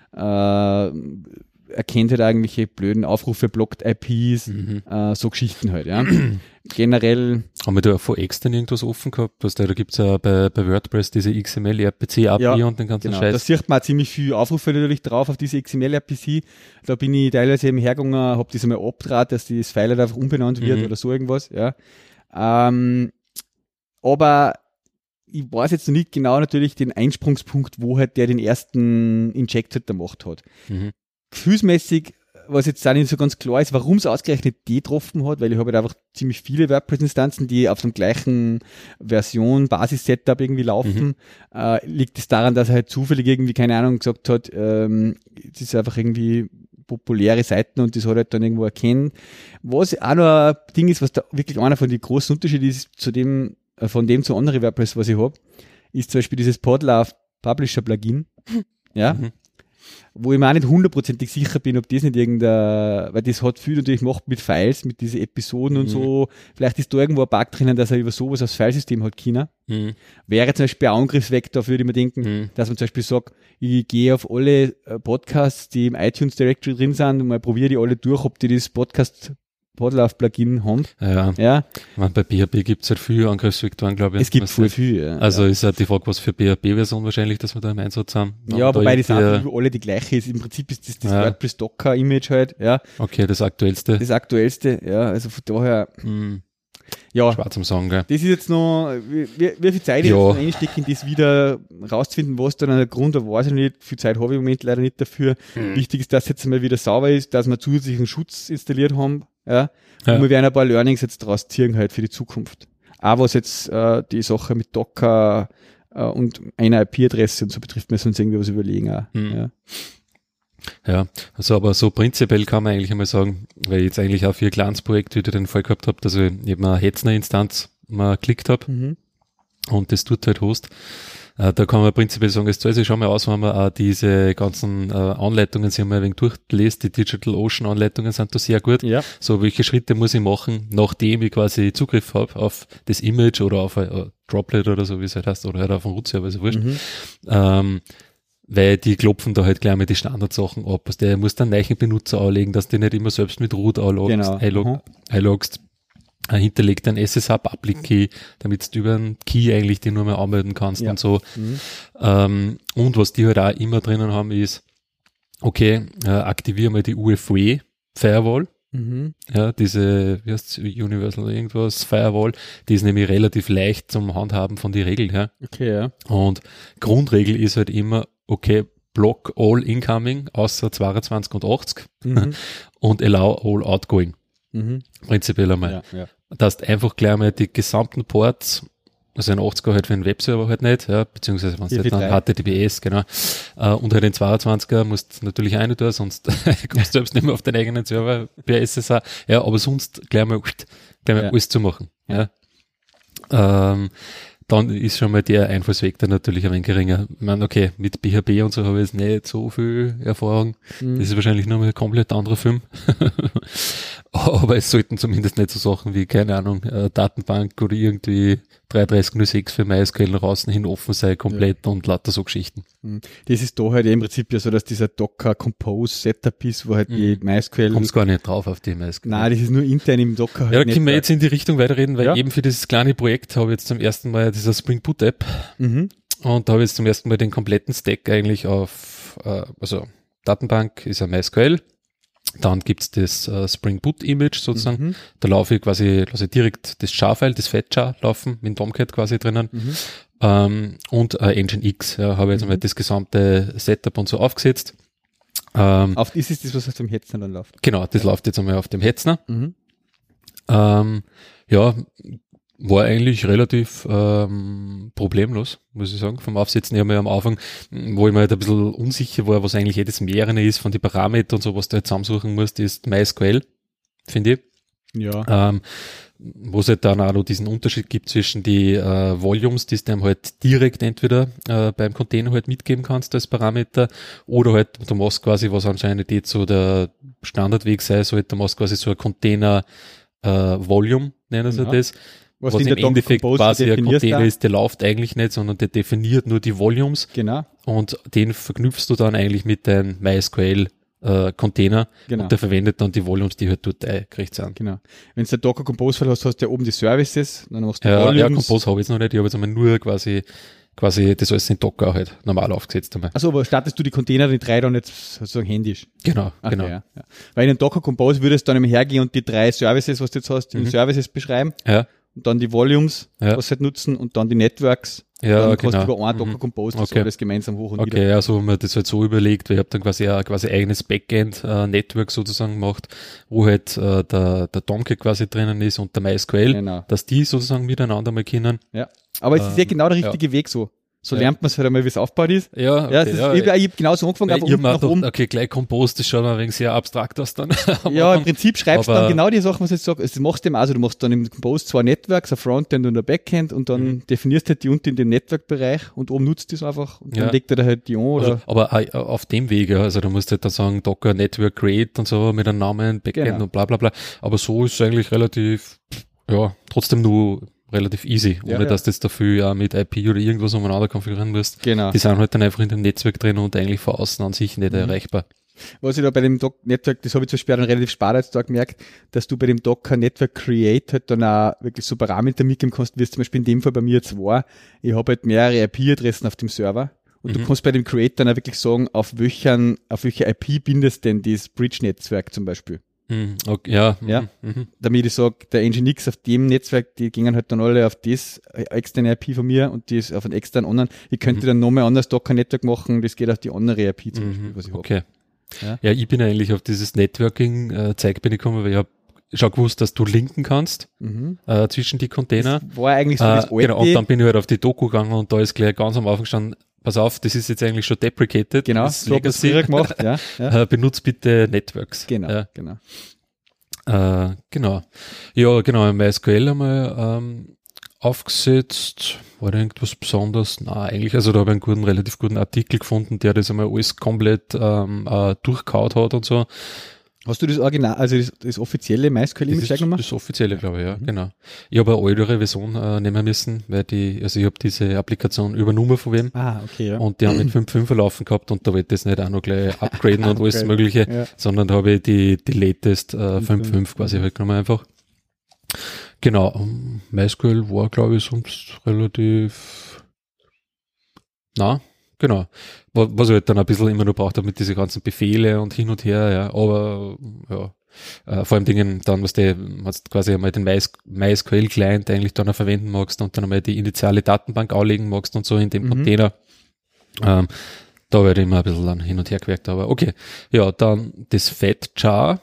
äh, erkennt halt irgendwelche blöden Aufrufe, blockt I Ps, Mhm. äh, so Geschichten halt, ja. Generell Haben wir da von extern irgendwas offen gehabt? Was da, da gibt's ja bei, bei WordPress diese X M L-R P C-A P I Ja, und den ganzen genau. Scheiß. Da sieht man auch ziemlich viel Aufrufe natürlich drauf auf diese X M L-R P C. Da bin ich teilweise eben hergegangen, habe das einmal abgedraht, dass das File halt einfach umbenannt wird Mhm. oder so irgendwas. Ja. Ähm, aber ich weiß jetzt noch nicht genau natürlich den Einsprungspunkt, wo halt der den ersten Inject halt gemacht hat. Mhm. Gefühlsmäßig, was jetzt auch nicht so ganz klar ist, warum es ausgerechnet die getroffen hat, weil ich habe halt einfach ziemlich viele WordPress-Instanzen, die auf dem gleichen Version, Basis-Setup irgendwie laufen. Mhm. Äh, liegt es daran, dass er halt zufällig irgendwie, keine Ahnung, gesagt hat, ähm, das ist einfach irgendwie populäre Seiten und das hat er halt dann irgendwo erkennen. Was auch noch ein Ding ist, was da wirklich einer von den großen Unterschieden ist zu dem, äh, von dem zu anderen WordPress, was ich habe, ist zum Beispiel dieses Podlove Publisher Plugin. Ja. Mhm. Wo ich mir auch nicht hundertprozentig sicher bin, ob das nicht irgendein, weil das hat viel natürlich gemacht mit Files, mit diesen Episoden und Mhm. so. Vielleicht ist da irgendwo ein Bug drinnen, dass er über sowas aufs Filesystem hat können. Mhm. Wäre zum Beispiel ein Angriffsvektor, würde ich mir denken, Mhm. dass man zum Beispiel sagt, ich gehe auf alle äh, Podcasts, die im iTunes Directory drin sind und mal probiere die alle durch, ob die das Podcast Podlove Plugin haben. Ja, Ja, ich meine, bei P H P gibt's halt viele Angriffsvektoren, glaube ich. es gibt Was voll nicht. viel. Ja. Also ist ja die Frage, was für P H P-Version wahrscheinlich, dass wir da im Einsatz haben. ja, Da wobei das irgendwie, auch alle die gleiche ist. Im Prinzip ist das das Ja. WordPress Docker Image halt, ja, Okay, das aktuellste. das aktuellste, ja, also von daher, Mhm. ja, Schwer zum Sagen, gell? das ist jetzt noch, wie, wie wie viel Zeit ich Ja. jetzt noch einstecke, in das wieder rauszufinden, was dann der Grund war, weiß ich nicht. Viel Zeit habe ich im Moment leider nicht dafür. Mhm. Wichtig ist, dass es jetzt mal wieder sauber ist, dass wir zusätzlichen Schutz installiert haben, ja. Ja. Und wir werden ein paar Learnings jetzt daraus ziehen halt für die Zukunft. Auch was jetzt äh, die Sache mit Docker äh, und einer I P-Adresse und so betrifft, müssen wir uns irgendwie was überlegen auch. Mhm. Ja. Ja, also aber so prinzipiell kann man eigentlich einmal sagen, weil ich jetzt eigentlich auch für ein kleines Projekt wieder den Fall gehabt habe, dass ich eben eine Hetzner-Instanz mal geklickt habe Mhm. und das tut halt Host. Äh, da kann man prinzipiell sagen, es zahlt sich schon mal aus, wenn man auch diese ganzen äh, Anleitungen sich mal ein wenig durchlässt. Die DigitalOcean-Anleitungen sind da sehr gut. Ja. So, welche Schritte muss ich machen, nachdem ich quasi Zugriff habe auf das Image oder auf ein äh, Droplet oder so, wie es halt heißt, oder halt auf einen Root-Server, ist ja wurscht. Mhm. Ähm, weil die klopfen da halt gleich mal die Standardsachen ab. Also der muss dann neuen Benutzer anlegen, dass du nicht immer selbst mit Root einlogst, Genau. einlog, Mhm. einlogst. Er hinterlegt einen S S H Public Key, damit du über einen Key eigentlich den nur mal anmelden kannst Ja. und so. Mhm. Ähm, und was die halt auch immer drinnen haben ist, okay, äh, aktiviere mal die U F W Firewall. Mhm. Ja, diese, wie heißt Universal irgendwas, Firewall, die ist nämlich relativ leicht zum Handhaben von die Regeln her. Okay, ja. Und Grundregel ist halt immer, okay, block all incoming, außer zweiundzwanzig und achtzig Mhm. und allow all outgoing. Mhm. Prinzipiell einmal. Ja, ja. Dass du einfach gleich mal die gesamten Ports, also ein achtziger halt für einen Webserver halt nicht, ja, beziehungsweise wenn es nicht dann H T T P S, genau, äh, und halt den zweiundzwanziger musst du natürlich auch nicht da, sonst kommst du selbst nicht mehr auf den eigenen Server per S S H, ja, aber sonst gleich mal, gleich mal Ja. alles zu machen, ja. Ähm, dann ist schon mal der Einfallsvektor natürlich ein wenig geringer. Ich meine, okay, mit P H P und so habe ich jetzt nicht so viel Erfahrung. Mhm. Das ist wahrscheinlich nur mal ein komplett anderer Film. Aber es sollten zumindest nicht so Sachen wie, keine Ahnung, äh, Datenbank oder irgendwie dreiunddreißig null sechs für MySQL nach außen hin offen sei komplett und lauter so Geschichten. Mhm. Das ist da halt im Prinzip ja so, dass dieser Docker Compose Setup ist, wo halt die MySQL. Kommst gar nicht drauf auf die MySQL. Nein, das ist nur intern im Docker halt. Ja, da nicht können wir da. jetzt in die Richtung weiterreden, weil Ja. eben für dieses kleine Projekt habe ich jetzt zum ersten Mal dieser Spring Boot App Mhm. und da habe ich jetzt zum ersten Mal den kompletten Stack eigentlich auf, äh, also Datenbank ist ein MySQL, dann gibt's das äh, Spring Boot Image sozusagen, Mhm. da laufe ich quasi, lasse ich direkt das Jar-File, das Fat-Jar laufen, mit Tomcat quasi drinnen, Mhm. ähm, und äh, Nginx, ja, habe jetzt Mhm. einmal das gesamte Setup und so aufgesetzt. Ähm, Auf, ist es das, was auf dem Hetzner dann läuft? genau, das läuft jetzt einmal auf dem Hetzner. Mhm. Ähm, ja, war eigentlich relativ ähm, problemlos, muss ich sagen, vom Aufsetzen. Ich habe mir am Anfang, wo ich mir halt ein bisschen unsicher war, was eigentlich jedes mehrere ist von den Parametern und so, was du halt zusammensuchen musst, ist MySQL, finde ich. Ja. Ähm, wo es halt dann auch noch diesen Unterschied gibt zwischen die äh, Volumes, die du dem halt direkt entweder äh, beim Container halt mitgeben kannst als Parameter oder halt, du machst quasi, was anscheinend jetzt so der Standardweg sei, so halt, du machst quasi so ein Container äh, Volume, nennen sie Ja. das. Was, Was in im der Docker Endeffekt Compose quasi ein definierst Container da. ist, der läuft eigentlich nicht, sondern der definiert nur die Volumes Genau. und den verknüpfst du dann eigentlich mit deinem MySQL äh, Container Genau. und der verwendet dann die Volumes, die halt dort eingekriegt sind. Genau. Wenn du der Docker Compose-File hast, hast du ja oben die Services, dann machst du Ja, Volumes. ja, Compose habe ich jetzt noch nicht, ich habe jetzt einmal nur quasi, quasi das alles in Docker halt normal aufgesetzt einmal. Achso, aber startest du die Container, die drei dann jetzt sozusagen händisch? Genau, Ach, genau. Ja, ja. Weil in den Docker Compose würdest du dann eben hergehen und die drei Services, was du jetzt hast, in Mhm. Services beschreiben Ja, und dann die Volumes, Ja. was sie halt nutzen und dann die Networks. ja, dann kannst genau. du über einen Mhm. Docker Compose das Okay. alles gemeinsam hoch und Okay, wieder. also haben wir das halt so überlegt, weil ich habe dann quasi ein quasi eigenes Backend-Network sozusagen gemacht, wo halt äh, der, der Tomcat quasi drinnen ist und der MySQL, Genau. dass die sozusagen miteinander mal können. Ja. Aber es ist ja Ähm, genau der richtige Weg so. So Ja. lernt man es halt einmal, wie es aufgebaut ist. Ja, okay, Ja, es ist, ja, ich, ich habe genauso angefangen, weil aber ich unten hab nach mir oben. gedacht, okay, gleich Kompost, das schaut mal ein wenig sehr abstrakt aus dann. am Ja, im Anfang. Prinzip schreibst du Aber- dann genau die Sachen, was ich jetzt sage. Das machst du eben also, du machst dann im Compose zwei Networks, ein Frontend und ein Backend und dann Mhm. definierst du halt die unten in dem Network-Bereich und oben nutzt du es einfach und Ja. dann legt er da halt die an oder. Also, aber auch auf dem Weg, ja, also du musst halt dann sagen, Docker Network Create und so mit einem Namen, Backend Genau. und bla bla bla. Aber so ist es eigentlich relativ, ja, trotzdem nur relativ easy, ohne Ja, ja. dass du jetzt dafür auch mit I P oder irgendwas umeinander konfigurieren musst. Genau. Die sind halt dann einfach in dem Netzwerk drin und eigentlich von außen an sich nicht Mhm. erreichbar. Was ich da bei dem Doc Network, das habe ich zum Beispiel dann relativ spät jetzt da gemerkt, dass du bei dem Docker Network Create halt dann auch wirklich so Parameter mitgeben kannst, wie es zum Beispiel in dem Fall bei mir jetzt war. Ich habe halt mehrere I P-Adressen auf dem Server und Mhm. du kannst bei dem Create dann auch wirklich sagen, auf welchen, auf welche I P bindest denn das Bridge-Netzwerk zum Beispiel. Mhm. Okay, ja. Ja. Mhm. Mhm. Damit ich sage, der Nginx auf dem Netzwerk, die gingen halt dann alle auf das äh, externe I P von mir und das auf einen externen anderen. Ich könnte Mhm. dann nochmal anders Docker-Network machen, das geht auf die andere I P zum Beispiel, Mhm. was ich habe. Okay. Ja. Ja. ich bin eigentlich auf dieses Networking-Zeug bin ich gekommen, weil ich habe schon gewusst, dass du linken kannst Mhm. äh, zwischen die Container. Das war eigentlich so Äh, das alte. genau, und dann bin ich halt auf die Doku gegangen und da ist gleich ganz am Anfang gestanden, pass auf, das ist jetzt eigentlich schon deprecated. Genau, das ist so hab ich's früher gemacht, ja. ja. Äh, benutzt bitte Networks. Genau, Ja, genau. äh, genau. Ja, genau, MySQL einmal ähm, aufgesetzt. War da irgendwas Besonderes? Nein, eigentlich, also da habe ich einen guten, relativ guten Artikel gefunden, der das einmal alles komplett ähm, äh, durchkaut hat und so. Hast du das Original, also das, das offizielle MySQL-Image Das ist gemacht? das offizielle, glaube ich, ja, Mhm. genau. Ich habe eine ältere Version äh, nehmen müssen, weil die, also ich habe diese Applikation übernommen von wem. Ah, okay, ja. Und die haben mit fünf Punkt fünf laufen gehabt und da wollte ich das nicht auch noch gleich upgraden und alles Upgraden. Mögliche, Ja. sondern da habe ich die, die latest äh, fünf Punkt fünf Punkt fünf quasi halt genommen einfach. Genau, um, MySQL war, glaube ich, sonst relativ, na, genau. Wa- Was ich halt dann ein bisschen immer noch braucht habe mit diese ganzen Befehle und hin und her, ja, aber, ja. Äh, vor allem Dingen dann, was du hast quasi einmal den MyS- MySQL-Client eigentlich dann auch verwenden magst und dann einmal die initiale Datenbank anlegen magst und so in dem Mhm. Container. Ähm, da werde ich immer ein bisschen dann hin und her gewerkt, aber okay. Ja, dann das Fat Jar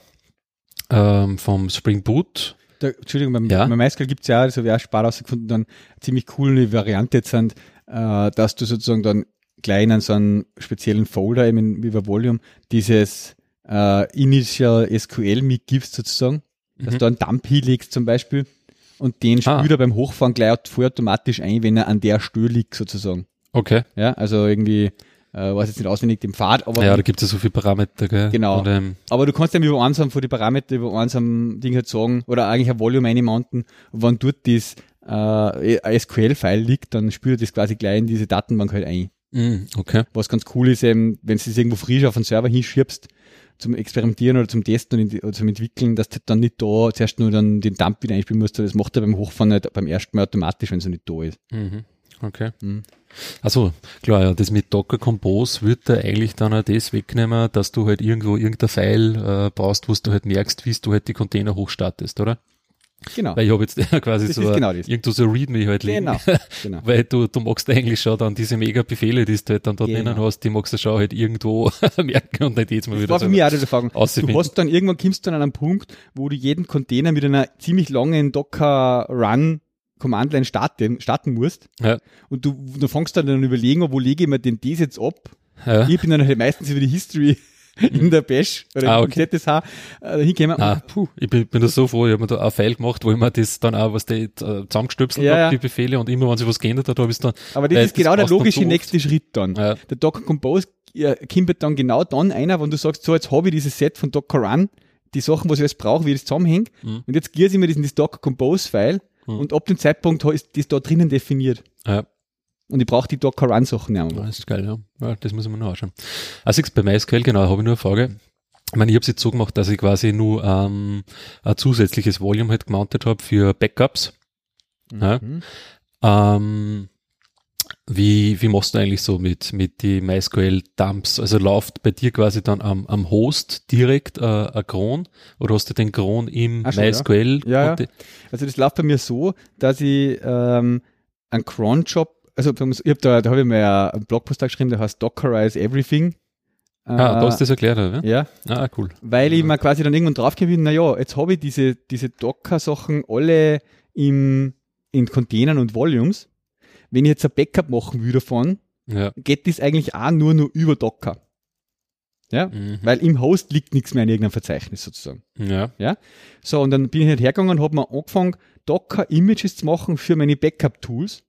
ähm, vom Spring Boot. Da, Entschuldigung, beim, Ja. beim MySQL gibt es ja, das habe ich auch spät rausgefunden, dann ziemlich coole Variante jetzt sind, äh, dass du sozusagen dann gleich in so einen speziellen Folder, eben wie bei Volume, dieses äh, Initial S Q L mitgibst sozusagen, dass Mhm. du einen Dump hinlegst zum Beispiel und den Ah. spült er beim Hochfahren gleich vollautomatisch ein, wenn er an der Stelle liegt sozusagen. Okay. Ja, also irgendwie, äh, weiß jetzt nicht auswendig den Pfad, aber Ja, da gibt es ja so viele Parameter, gell? Genau. Und, ähm, Aber du kannst ja über einsam von den Parametern, über einsam Ding halt sagen, oder eigentlich ein Volume einmounten, wenn dort das äh, S Q L-File liegt, dann spült er das quasi gleich in diese Datenbank halt ein. mh, okay. Was ganz cool ist, eben, wenn du das irgendwo frisch auf den Server hinschiebst, zum Experimentieren oder zum Testen und in die, oder zum Entwickeln, dass du dann nicht da zuerst nur dann den Dump wieder einspielen musst, das macht er beim Hochfahren nicht beim ersten Mal automatisch, wenn es noch nicht da ist. Mhm. Okay. Mhm. Also klar, ja, das mit Docker Compose wird da eigentlich dann auch das wegnehmen, dass du halt irgendwo irgendein File äh, brauchst, wo du halt merkst, wie du halt die Container hochstartest, oder? Genau. Weil ich habe jetzt quasi Das so ist ein- genau das. irgendwo so Readme halt liegen. Genau. genau. Weil du, du magst eigentlich schon dann diese mega Befehle, die du halt dann dort Genau. drinnen hast, die magst du schon halt irgendwo merken und nicht jedes Mal Das wieder war für so mich auch der Erfahrung. Du auszufinden. hast dann irgendwann kommst du dann an einen Punkt, wo du jeden Container mit einer ziemlich langen Docker Run Command-Line starten, starten musst. Ja. Und du, du fängst dann an überlegen, wo lege ich mir denn das jetzt ab? Ja. Ich bin dann halt meistens über die History in der Bash oder Ah, im okay. Z S H äh, hingekommen. Ah, Und, puh, ich bin, bin da so froh, ich habe mir da ein File gemacht, wo ich mir das dann auch, was die äh, zusammengestöpselt Ja, habe, ja. die Befehle und immer, wenn sich was geändert hat, habe ich es dann. aber das Weil ist genau der brauchst du logische so oft. nächste Schritt dann. Ja. Der Docker Compose äh, kommt dann genau dann einer, wenn du sagst, so jetzt habe ich dieses Set von Docker Run, die Sachen, was ich alles brauche, wie ich das zusammenhängt. Mhm. Und jetzt gieße ich mir das in das Docker Compose File Mhm. und ab dem Zeitpunkt ist das da drinnen definiert. Ja. Und ich brauche die Docker Run Sachen nicht mehr. Das ist geil, ja. Ja, das muss ich mir noch anschauen. Also jetzt bei MySQL, genau, habe ich nur eine Frage. Ich meine, ich habe es jetzt so gemacht, dass ich quasi nur ähm, ein zusätzliches Volume halt gemountet habe für Backups. Mhm. Ja. Ähm, wie, wie machst du eigentlich so mit, mit die MySQL-Dumps? Also läuft bei dir quasi dann am, am Host direkt äh, ein Cron oder hast du den Cron im Ach so, MySQL? Ja, ja. Also das läuft bei mir so, dass ich ähm, einen Cron-Job, also ich hab da, da habe ich mal einen Blogpost geschrieben, der heißt Dockerize Everything. Ah, Äh, da hast du das erklärt, oder? Ja, Ah, cool. weil ich mir quasi dann irgendwann draufgekommen bin, naja, jetzt habe ich diese, diese Docker-Sachen alle im, in Containern und Volumes. Wenn ich jetzt ein Backup machen will davon, Ja. geht das eigentlich auch nur noch über Docker. Ja, Mhm. weil im Host liegt nichts mehr in irgendeinem Verzeichnis sozusagen. Ja. Ja, so und dann bin ich halt hergegangen und habe mir angefangen, Docker-Images zu machen für meine Backup-Tools.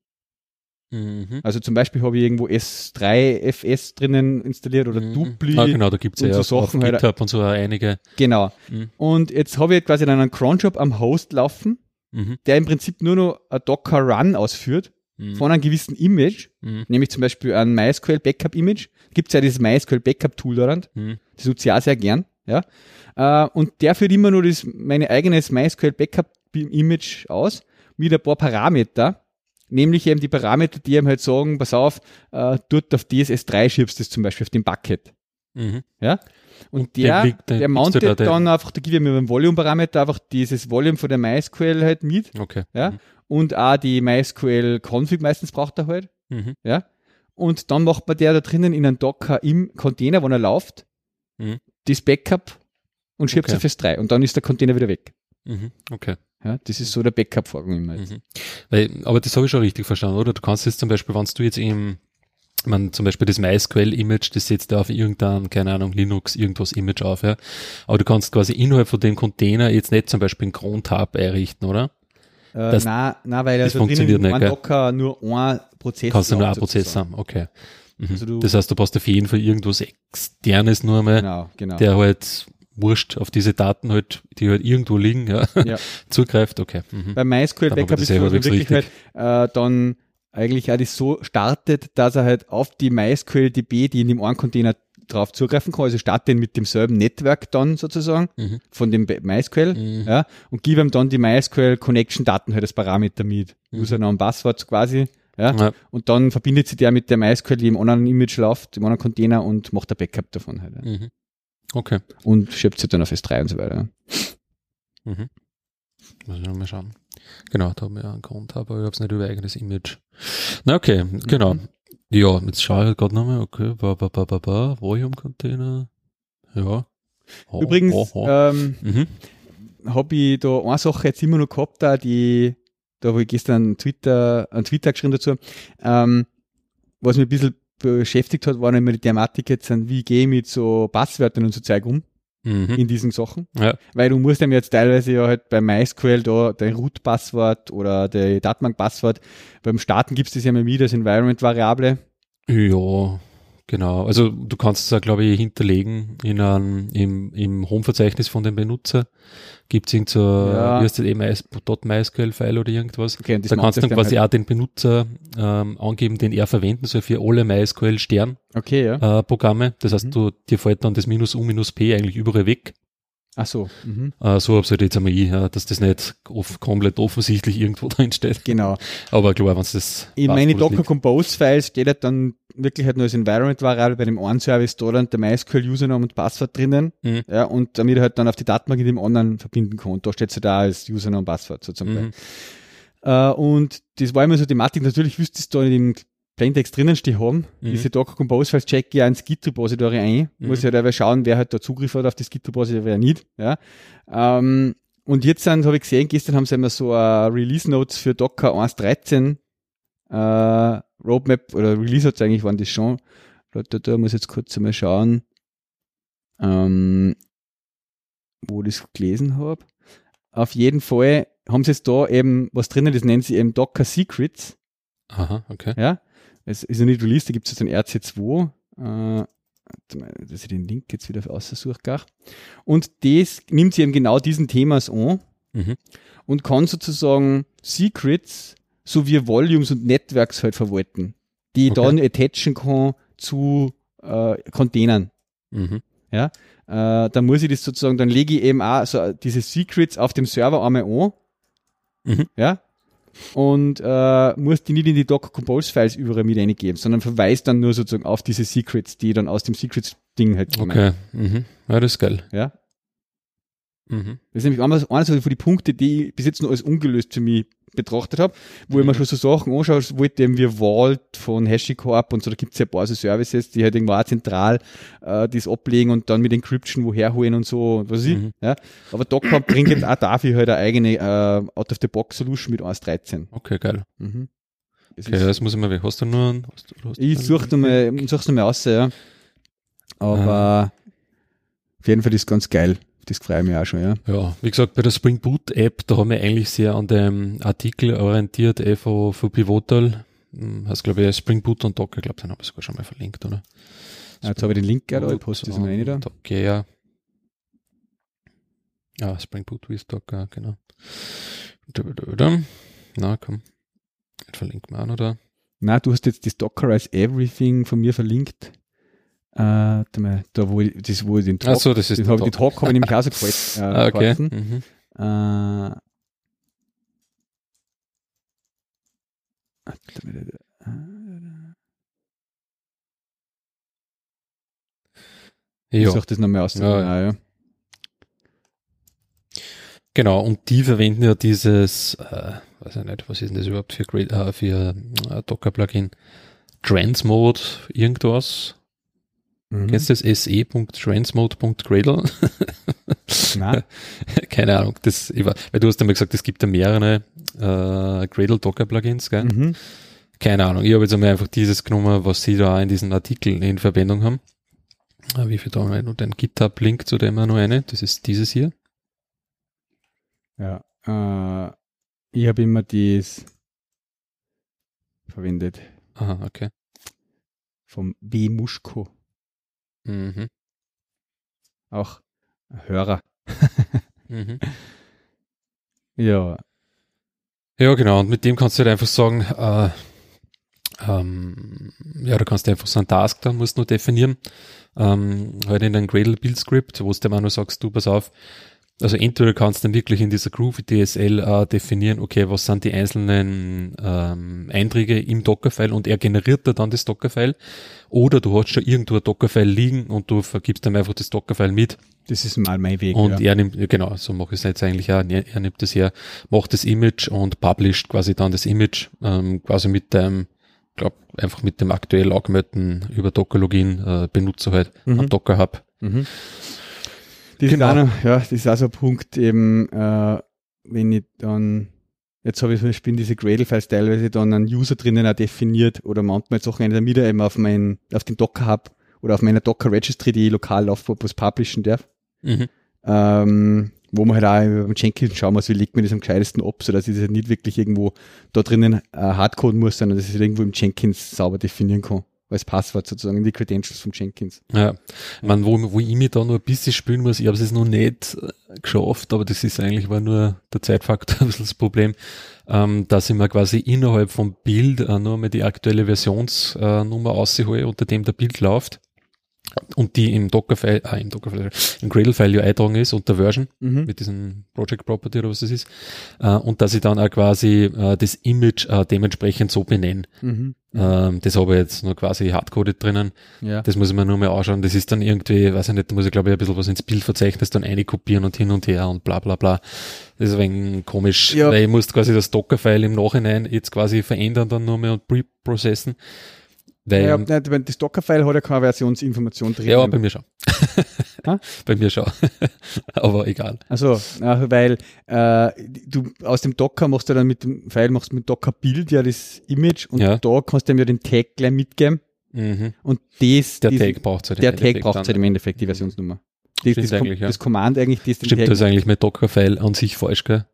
Mhm. Also zum Beispiel habe ich irgendwo S drei F S drinnen installiert oder Mhm. Dupli. Ah, genau, da gibt es und ja so auf, auf Sachen halt- GitHub und so auch einige. Genau. Mhm. Und jetzt habe ich quasi dann einen Cron-Job am Host laufen, Mhm. der im Prinzip nur noch ein Docker-Run ausführt Mhm. von einem gewissen Image, Mhm. nämlich zum Beispiel ein MySQL-Backup-Image. Gibt es ja dieses MySQL-Backup-Tool daran. Mhm. Das nutze ich auch sehr gern. Ja? Äh, und der führt immer nur das, meine eigenes MySQL-Backup-Image aus mit ein paar Parameter, nämlich eben die Parameter, die ihm halt sagen, pass auf, äh, dort auf D S S drei schiebst du das zum Beispiel auf den Bucket. Mhm. Ja? Und, Und den der, liegt- den der gibst du mountet da den- dann einfach, da gebe ich mir beim Volume-Parameter einfach dieses Volume von der MySQL halt mit. Okay. Ja? Mhm. Und auch die MySQL-Config meistens braucht er halt. Mhm. Ja? Und dann macht man der da drinnen in einen Docker im Container, wenn er läuft, Mhm. das Backup und schiebt es Okay. auf S drei. Und dann ist der Container wieder weg. Mhm. Okay. Ja? Das ist so der Backup-Vorgang immer jetzt. Mhm. Weil, aber das habe ich schon richtig verstanden, oder? Du kannst jetzt zum Beispiel, wenn du jetzt im, man zum Beispiel das MySQL-Image, das setzt da auf irgendein, keine Ahnung, Linux, irgendwas Image auf, ja. Aber du kannst quasi innerhalb von dem Container jetzt nicht zum Beispiel einen Cron-Tab einrichten, oder? Äh, Das- nein, nein, weil das also funktioniert drinnen nicht, ein gell? Docker nur ein Prozess Kannst du nur läuft einen Prozess sozusagen. haben, okay. Mhm. Also du- das heißt, du brauchst auf jeden Fall irgendwas Externes nur mal, Genau, genau. der halt wurscht auf diese Daten halt, die halt irgendwo liegen, ja, Ja. zugreift, okay. Mhm. Bei MySQL Dann haben wir Backup das ist so, selber dass man wirklich wirklich halt, äh, dann eigentlich auch das so startet, dass er halt auf die MySQL D B, die in dem einen Container drauf zugreifen kann, also startet mit demselben Netzwerk dann sozusagen Mhm. von dem Ba- MySQL, Mhm. ja, und gib ihm dann die MySQL Connection Daten halt als Parameter mit, Mhm. Username, Passwort quasi, ja, Ja. und dann verbindet sich der mit der MySQL, die im anderen Image läuft, im anderen Container und macht ein Backup davon halt, ja. Mhm. Okay. Und schiebt sie dann auf S drei und so weiter. Ja. Mhm. Muss ich noch mal schauen. Genau, da haben wir ja einen Grund, aber ich habe es nicht über eigenes Image. Na okay, genau. Mhm. Ja, jetzt schaue ich gerade nochmal, okay, ba, ba, ba, ba, ba, Volume-Container, ja. Oh, Übrigens, oh, oh. ähm, Mhm. habe ich da eine Sache jetzt immer noch gehabt, da die, da habe ich gestern einen Twitter, einen Twitter geschrieben dazu, ähm, was mich ein bisschen beschäftigt hat, war immer die Thematik jetzt, wie gehe ich mit so Passwörtern und so Zeug um Mhm. in diesen Sachen. Ja. Weil du musst dann jetzt teilweise ja halt bei MySQL da dein Root-Passwort oder der Datenbank-Passwort, beim Starten gibst du das ja mal wieder als Environment-Variable. Ja, genau. Also du kannst es ja, glaube ich, hinterlegen in einem, im, im Home-Verzeichnis von dem Benutzer. Gibt es irgend so, Ja. wie heißt das, .mysql-File oder irgendwas? Okay, und das Da kannst du mountet dann quasi halt. auch den Benutzer ähm, angeben, den er verwenden soll für alle MySQL-Stern-Programme. Okay, ja. Äh, Programme. das heißt, Mhm. du, dir fällt dann das Minus U, Minus P eigentlich überall weg. Ach so. Mhm. Äh, so hab's halt jetzt einmal ich, ja, dass das nicht off komplett offensichtlich irgendwo drin steht. Genau. Aber klar, wenn es das In weißt, meine wo das Docker liegt. Compose Files steht halt dann wirklich halt nur als Environment-Variable bei dem einen Service da dann der MySQL-Username und Passwort drinnen. Mhm. Ja, und damit er halt dann auf die Datenbank in dem anderen verbinden kann. Und da steht es halt da als Username und Passwort sozusagen. Mhm. Äh, und das war immer so Thematik. Natürlich wüsstest du da nicht im Plaintext drinnen stehen haben. Mhm. Diese Docker Compose Files check ich ja ins Git-Repository ein. Mhm. Muss ja dabei schauen, wer halt da Zugriff hat auf das Git-Repository, wer nicht. Ja. Ähm, und jetzt sind, habe ich gesehen, gestern haben sie immer so uh, Release Notes für Docker eins Punkt dreizehn äh, Roadmap oder Release Notes eigentlich waren das schon. Da, da, da muss ich jetzt kurz einmal schauen, ähm, wo ich das gelesen habe. Auf jeden Fall haben sie jetzt da eben was drinnen, das nennen sie eben Docker Secrets. Aha, okay. Ja, es ist ja nicht released, da gibt es jetzt ein R C zwei, äh, warte mal, dass ich den Link jetzt wieder aussuche. Gell? Und das nimmt sich eben genau diesen Themas an Mhm. und kann sozusagen Secrets sowie Volumes und Networks halt verwalten, die ich Okay. dann attachen kann zu äh, Containern. Mhm. ja, äh, dann muss ich das sozusagen, dann lege ich eben auch so diese Secrets auf dem Server einmal an, Mhm. ja, und äh, muss die nicht in die Docker-Compose-Files überall mit reingeben, sondern verweist dann nur sozusagen auf diese Secrets, die dann aus dem Secrets-Ding halt kommen. Okay. Mhm. Ja, das ist geil. Ja. Mhm. Das ist nämlich einmal einer so von die Punkte, die ich bis jetzt noch als ungelöst für mich betrachtet habe, wo ich mir schon so Sachen anschaue, wollte eben wie Vault von HashiCorp und so, da gibt es ja ein paar so Services, die halt irgendwo auch zentral äh, das ablegen und dann mit Encryption woher holen und so, und was weiß ich. Mhm. Ja. Aber Docker bringt jetzt auch dafür halt eine eigene äh, Out-of-the-Box-Solution mit eins Punkt dreizehn. Okay, geil. Mhm. Das Okay, ist, das muss ich mal weg. Hast du nur einen? Hast du, hast ich du suche nochmal, such's nochmal aus, ja. Aber auf jeden Fall das ist ganz geil. Das freue ich mich auch schon, ja. Ja, wie gesagt, bei der Spring Boot App, da haben wir eigentlich sehr an dem Artikel orientiert, eh von, von Pivotal. Hm, heißt, glaube ich, Spring Boot und Docker, glaube ich, den habe ich sogar schon mal verlinkt, oder? Ja, jetzt habe ich den Link gerade, ich poste das mal rein da. Docker, ja. Ja, Spring Boot with Docker, genau. Na, komm. Den verlinken wir auch noch da. Na, du hast jetzt das Dockerize Everything von mir verlinkt. Äh, warte mal, da wo ich, das, wo ich den Talk, Ach so, das ist den, der hab, den Talk habe ich nämlich auch so gehalten. Äh, Ah, okay. gehalten. Mhm. Äh, warte mal, äh, ich Ja, suche das nochmal aus. Ja. Ja, ja. genau. Und die verwenden ja dieses, äh, weiß ich nicht, was ist denn das überhaupt für, Gra- äh, für äh, Docker-Plugin? Transmode, irgendwas. Mhm. Kennst du das S E Punkt transmode Punkt Gradle? Nein. Keine Ahnung. Das, ich war, weil du hast einmal gesagt, es gibt ja mehrere äh, Gradle Docker Plugins, gell? Mhm. Keine Ahnung. Ich habe jetzt einmal einfach dieses genommen, was sie da in diesen Artikeln in Verwendung haben. Äh, Wie viel da haben wir noch? Den GitHub-Link zu dem auch noch eine. Das ist dieses hier. Ja. Äh, ich habe immer das verwendet. Aha, okay. Vom W. Muschko. Mhm. Auch Hörer. Mhm. Ja. Ja, genau. Und mit dem kannst du halt einfach sagen, äh, ähm, ja, da kannst du einfach so einen Task dann musst du nur definieren. Ähm, halt in deinem Gradle Build Script, wo du dem auch noch sagst, du, pass auf. Also entweder kannst du dann wirklich in dieser Groovy D S L äh, definieren, okay, was sind die einzelnen ähm, Einträge im Dockerfile und er generiert da dann das Dockerfile. Oder du hast schon irgendwo ein Dockerfile liegen und du vergibst ihm einfach das Dockerfile mit. Das ist mal mein Weg. Und ja. er nimmt, genau, so mache ich es jetzt eigentlich auch. Er nimmt das her, macht das Image und publisht quasi dann das Image, ähm, quasi mit dem, glaub, einfach mit dem aktuell angemeldeten über Docker-Login äh, Benutzer halt Mhm. am Docker Hub. Mhm. Das Genau. ist auch noch, ja, das ist auch so ein Punkt eben, äh, wenn ich dann, jetzt habe ich zum Beispiel in diese Gradle-Files teilweise dann einen User drinnen auch definiert oder manchmal Sachen dann wieder eben auf mein, auf den Docker Hub oder auf meiner Docker Registry, die ich lokal auf was publishen darf. Mhm. Ähm, wo man halt auch über den Jenkins schauen muss, wie legt man das am gescheitesten ab, sodass ich das nicht wirklich irgendwo da drinnen äh, hardcoden muss, sondern dass ich das irgendwo im Jenkins sauber definieren kann. Als Passwort sozusagen in die Credentials von Jenkins. Ja, ich meine, wo, wo ich mich da noch ein bisschen spielen muss, ich habe es noch nicht äh, geschafft, aber das ist eigentlich war nur der Zeitfaktor ein bisschen das Problem, ähm, dass ich mir quasi innerhalb vom Bild äh, nur mal die aktuelle Versionsnummer äh, aushole, unter dem der Bild läuft und die im Dockerfile, äh, im Dockerfile, im Gradle-File ja eintragen ist unter Version Mhm. mit diesem Project Property oder was das ist, äh, und dass ich dann auch quasi äh, das Image äh, dementsprechend so benenne. Mhm. Ähm, das habe ich jetzt nur quasi hardcoded drinnen. Ja. Das muss ich mir nur mal anschauen. Das ist dann irgendwie, weiß ich nicht, da muss ich glaube ich ein bisschen was ins Bildverzeichnis dann einkopieren und hin und her und bla bla bla. Das ist ein wenig komisch, Ja. weil ich muss quasi das Docker-File im Nachhinein jetzt quasi verändern dann nur mehr und pre-processen. Weil, Ja, nicht, weil das Docker-File hat ja keine Versionsinformation drin. ja, bei mir schon. Ha? Bei mir schon. Aber egal. Also, äh, weil äh, du aus dem Docker machst du dann mit dem File, machst mit Docker Build ja das Image und Ja. da kannst du ihm ja den Tag gleich mitgeben Mhm. und das, Der diesen- Tag braucht halt im der Tag Endeffekt braucht dann. halt im Endeffekt die Versionsnummer. Das, Stimmt das, Com- eigentlich, ja. das Command eigentlich, das den Stimmt, Tag, das ist eigentlich mein Docker-File an sich falsch, gell?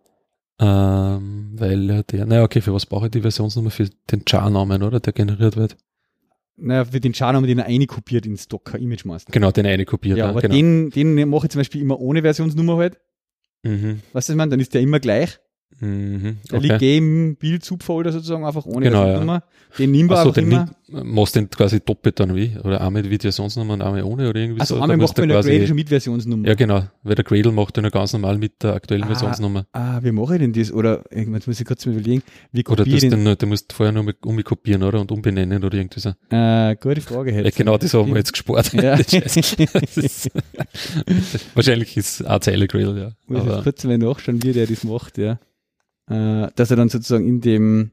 Ähm, weil ja der, naja, okay, für was brauche ich die Versionsnummer? Für den Char-Namen, oder? Der generiert wird. naja, für den Char haben wir den einkopiert ins Docker Image Master. Genau, den eine kopiert. Ja, ne? aber genau. den, den mache ich zum Beispiel immer ohne Versionsnummer halt. Mhm. Weißt du, was ich meine? Dann ist der immer gleich. Mhm, Der okay. liegt eh im Bild-Subfolder sozusagen einfach ohne Genau, Versionsnummer. Den nimmt man Achso, einfach den immer. nimmt- machst du den quasi doppelt dann wie? Oder einmal mit Versionsnummer und einmal ohne oder irgendwie Also so? einmal Da musst macht man du in der quasi- Gradle schon mit Versionsnummer. Ja, genau. Weil der Gradle macht den ja ganz normal mit der aktuellen Ah, Versionsnummer. Ah, wie mache ich denn das? Oder irgendwann muss ich kurz mal überlegen, wie Oder kopiere das ich dann den? nur, du musst vorher nur umkopieren, oder? Und umbenennen oder irgendwie so. Äh, gute Frage Ja, jetzt. genau, das haben wir jetzt gespart. Ja. Das ist, wahrscheinlich ist eine Zeile Gradle, ja. Muss ich Aber, jetzt kurz mal nachschauen, wie der das macht, ja. Äh, dass er dann sozusagen in dem,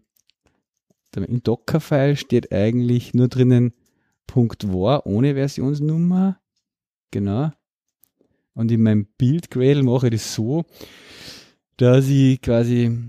im Docker-File steht eigentlich nur drinnen .var ohne Versionsnummer. Genau. Und in meinem Build-Gradle mache ich das so, dass ich quasi,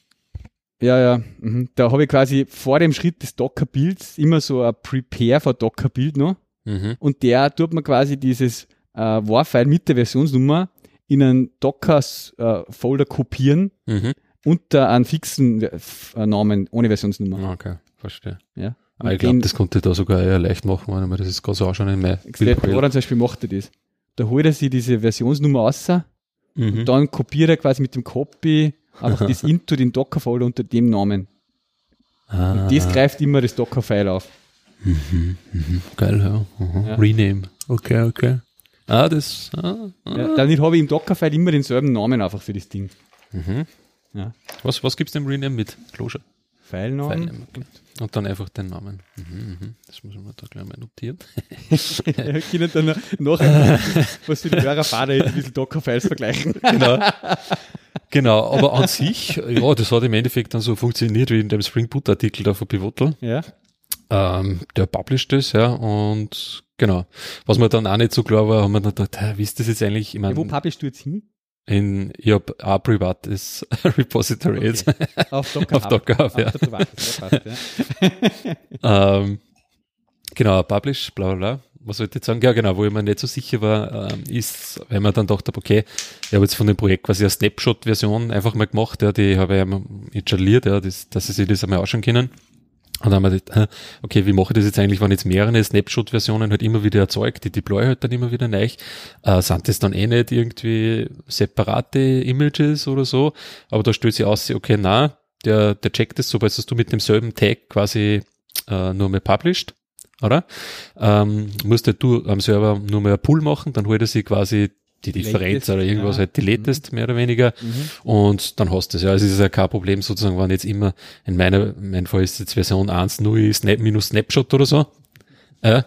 ja, ja, mhm, da habe ich quasi vor dem Schritt des Docker-Builds immer so ein Prepare for Docker-Build noch. mhm. Und der tut man quasi dieses äh, War-File mit der Versionsnummer in einen Docker-Folder kopieren Mhm. unter einen fixen äh, Namen ohne Versionsnummer. Okay, verstehe. Ja. Aber Und ich glaube, den- das konnte ich da sogar eher leicht machen, weil das ist gerade so auch schon in meinem Explorer zum Beispiel macht er das. Da holt er sich diese Versionsnummer raus, Mhm. dann kopiert er quasi mit dem Copy einfach das into den Docker-Folder unter dem Namen. Ah, Und das greift immer das Docker-File auf. mhm, mhm. Geil, ja. Mhm. Ja. Rename. Okay, okay. Ah, das. Ah, ah. Ja, damit habe ich im Docker-File immer denselben Namen einfach für das Ding. Mhm. Ja. Was, was gibt's dem Rename mit? Closure. File-Namen. File-Name, okay. Und dann einfach den Namen. Mhm, mhm. Das muss ich mir da gleich mal notieren. Wir können dann noch- nachher, was für die Hörerfahrer jetzt ein bisschen Docker-Files vergleichen. Genau. Genau, aber an sich, ja, das hat im Endeffekt dann so funktioniert wie in dem Spring Boot Artikel da von Pivotal. Ja. Ähm, der published das, ja, und genau. Was mir dann auch nicht so klar war, haben wir dann gedacht, hä, wie ist das jetzt eigentlich? Ich Ja, wo meine, publishst du jetzt hin? in, ich habe ein privates Repository jetzt. Auf Docker. Auf Docker Hub, ja. Auf der privaten, ja, passt, ja. ähm, genau, Publish, bla bla bla. Was wollte ich jetzt sagen? Ja, genau, wo ich mir nicht so sicher war, ähm, ist, wenn man dann dachte, okay, ich habe jetzt von dem Projekt quasi eine Snapshot-Version einfach mal gemacht, ja, die habe ich einmal installiert, ja, das, dass sie sich das einmal anschauen können. Und dann haben wir gedacht, okay, wie mache ich das jetzt eigentlich, wenn jetzt mehrere Snapshot-Versionen halt immer wieder erzeugt, die deploy halt dann immer wieder neu, äh, sind das dann eh nicht irgendwie separate Images oder so, aber da stellt sich aus, okay, na, der, der checkt das, sobald du mit demselben Tag quasi äh, nur mehr published, oder? Ähm, musst halt du am Server nur mehr Pull machen, dann holt er sich quasi die Differenz Latest, oder irgendwas ja. halt die latest, mehr oder weniger. Mhm. Und dann hast du es. Ja, also es ist ja kein Problem sozusagen, wenn jetzt immer, in meiner, in meinem Fall ist jetzt Version eins Punkt null Snap, minus Snapshot oder so. Ja.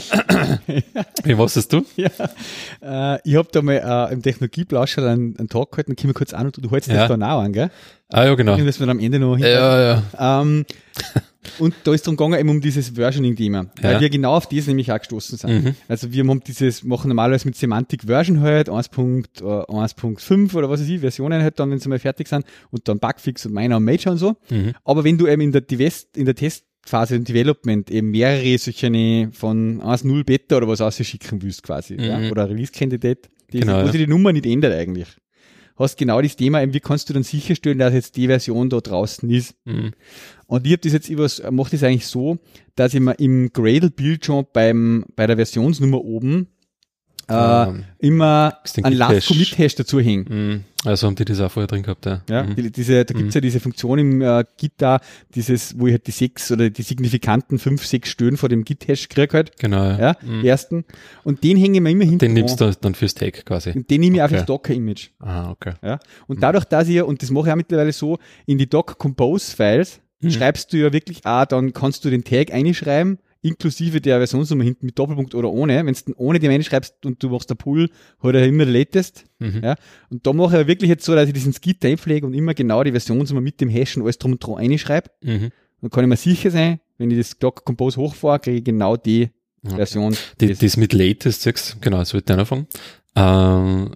Wie machst das du? Ja, äh, ich habe da mal äh, im Technologieplauscher einen, einen Talk gehalten, dann können wir kurz an und du hältst Ja. das dann auch an, gell? Ah, ja, genau. Kriegen wir das wir am Ende noch hin. Ja, ja. Ähm, und da ist darum gegangen, eben um dieses Versioning-Thema, weil Ja. wir genau auf das nämlich auch gestoßen sind. Mhm. Also wir haben dieses, machen normalerweise mit Semantic Version halt, eins Punkt fünf oder was weiß ich, Versionen halt dann, wenn sie mal fertig sind, und dann Bugfix und Miner und Major und so. Mhm. Aber wenn du eben in der, Divest, in der Testphase und Development eben mehrere solche von eins Punkt null Beta oder was ausschicken willst quasi, Mhm. ja, oder Release-Candidate, die, Genau, wo ja. sich die Nummer nicht ändert eigentlich. Hast genau das Thema, eben, wie kannst du dann sicherstellen, dass jetzt die Version da draußen ist. Mhm. Und ich habe das jetzt über, mache das eigentlich so, dass ich mir im Gradle-Build schon beim, bei der Versionsnummer oben äh, Ähm, immer ist den einen Git-Hash. Last-Commit-Hash dazu hängen. Mhm. Also haben die das auch vorher drin gehabt, ja. Ja, Mhm. die, diese, da gibt's Mhm. ja diese Funktion im äh, Git da, dieses, wo ich halt die sechs oder die signifikanten fünf, sechs Stöhnen vor dem Git-Hash krieg halt, Genau, ja. ja, Mhm. ersten. Und den hänge ich mir immer hinten Den nimmst dran. du dann fürs Tag quasi. Und den nehme ich Okay. einfach Docker-Image. Ah, okay. Ja. Und dadurch, dass ich, und das mache ich auch mittlerweile so, in die Docker Compose Files Mhm. schreibst du ja wirklich auch, dann kannst du den Tag einschreiben, inklusive der Versionsnummer hinten mit Doppelpunkt oder ohne. Wenn du den ohne den einschreibst und du machst der Pull, hat er immer latest. Mhm. Ja. Und da mache ich wirklich jetzt so, dass ich diesen Git einpflege und immer genau die Versionsnummer mit dem Hash und alles drum und dran einschreibe. Mhm. Dann kann ich mir sicher sein, wenn ich das Docker Compose hochfahre, kriege ich genau die Okay. Version. Die, das mit Latest sechs, genau, das wird einer von. Ähm,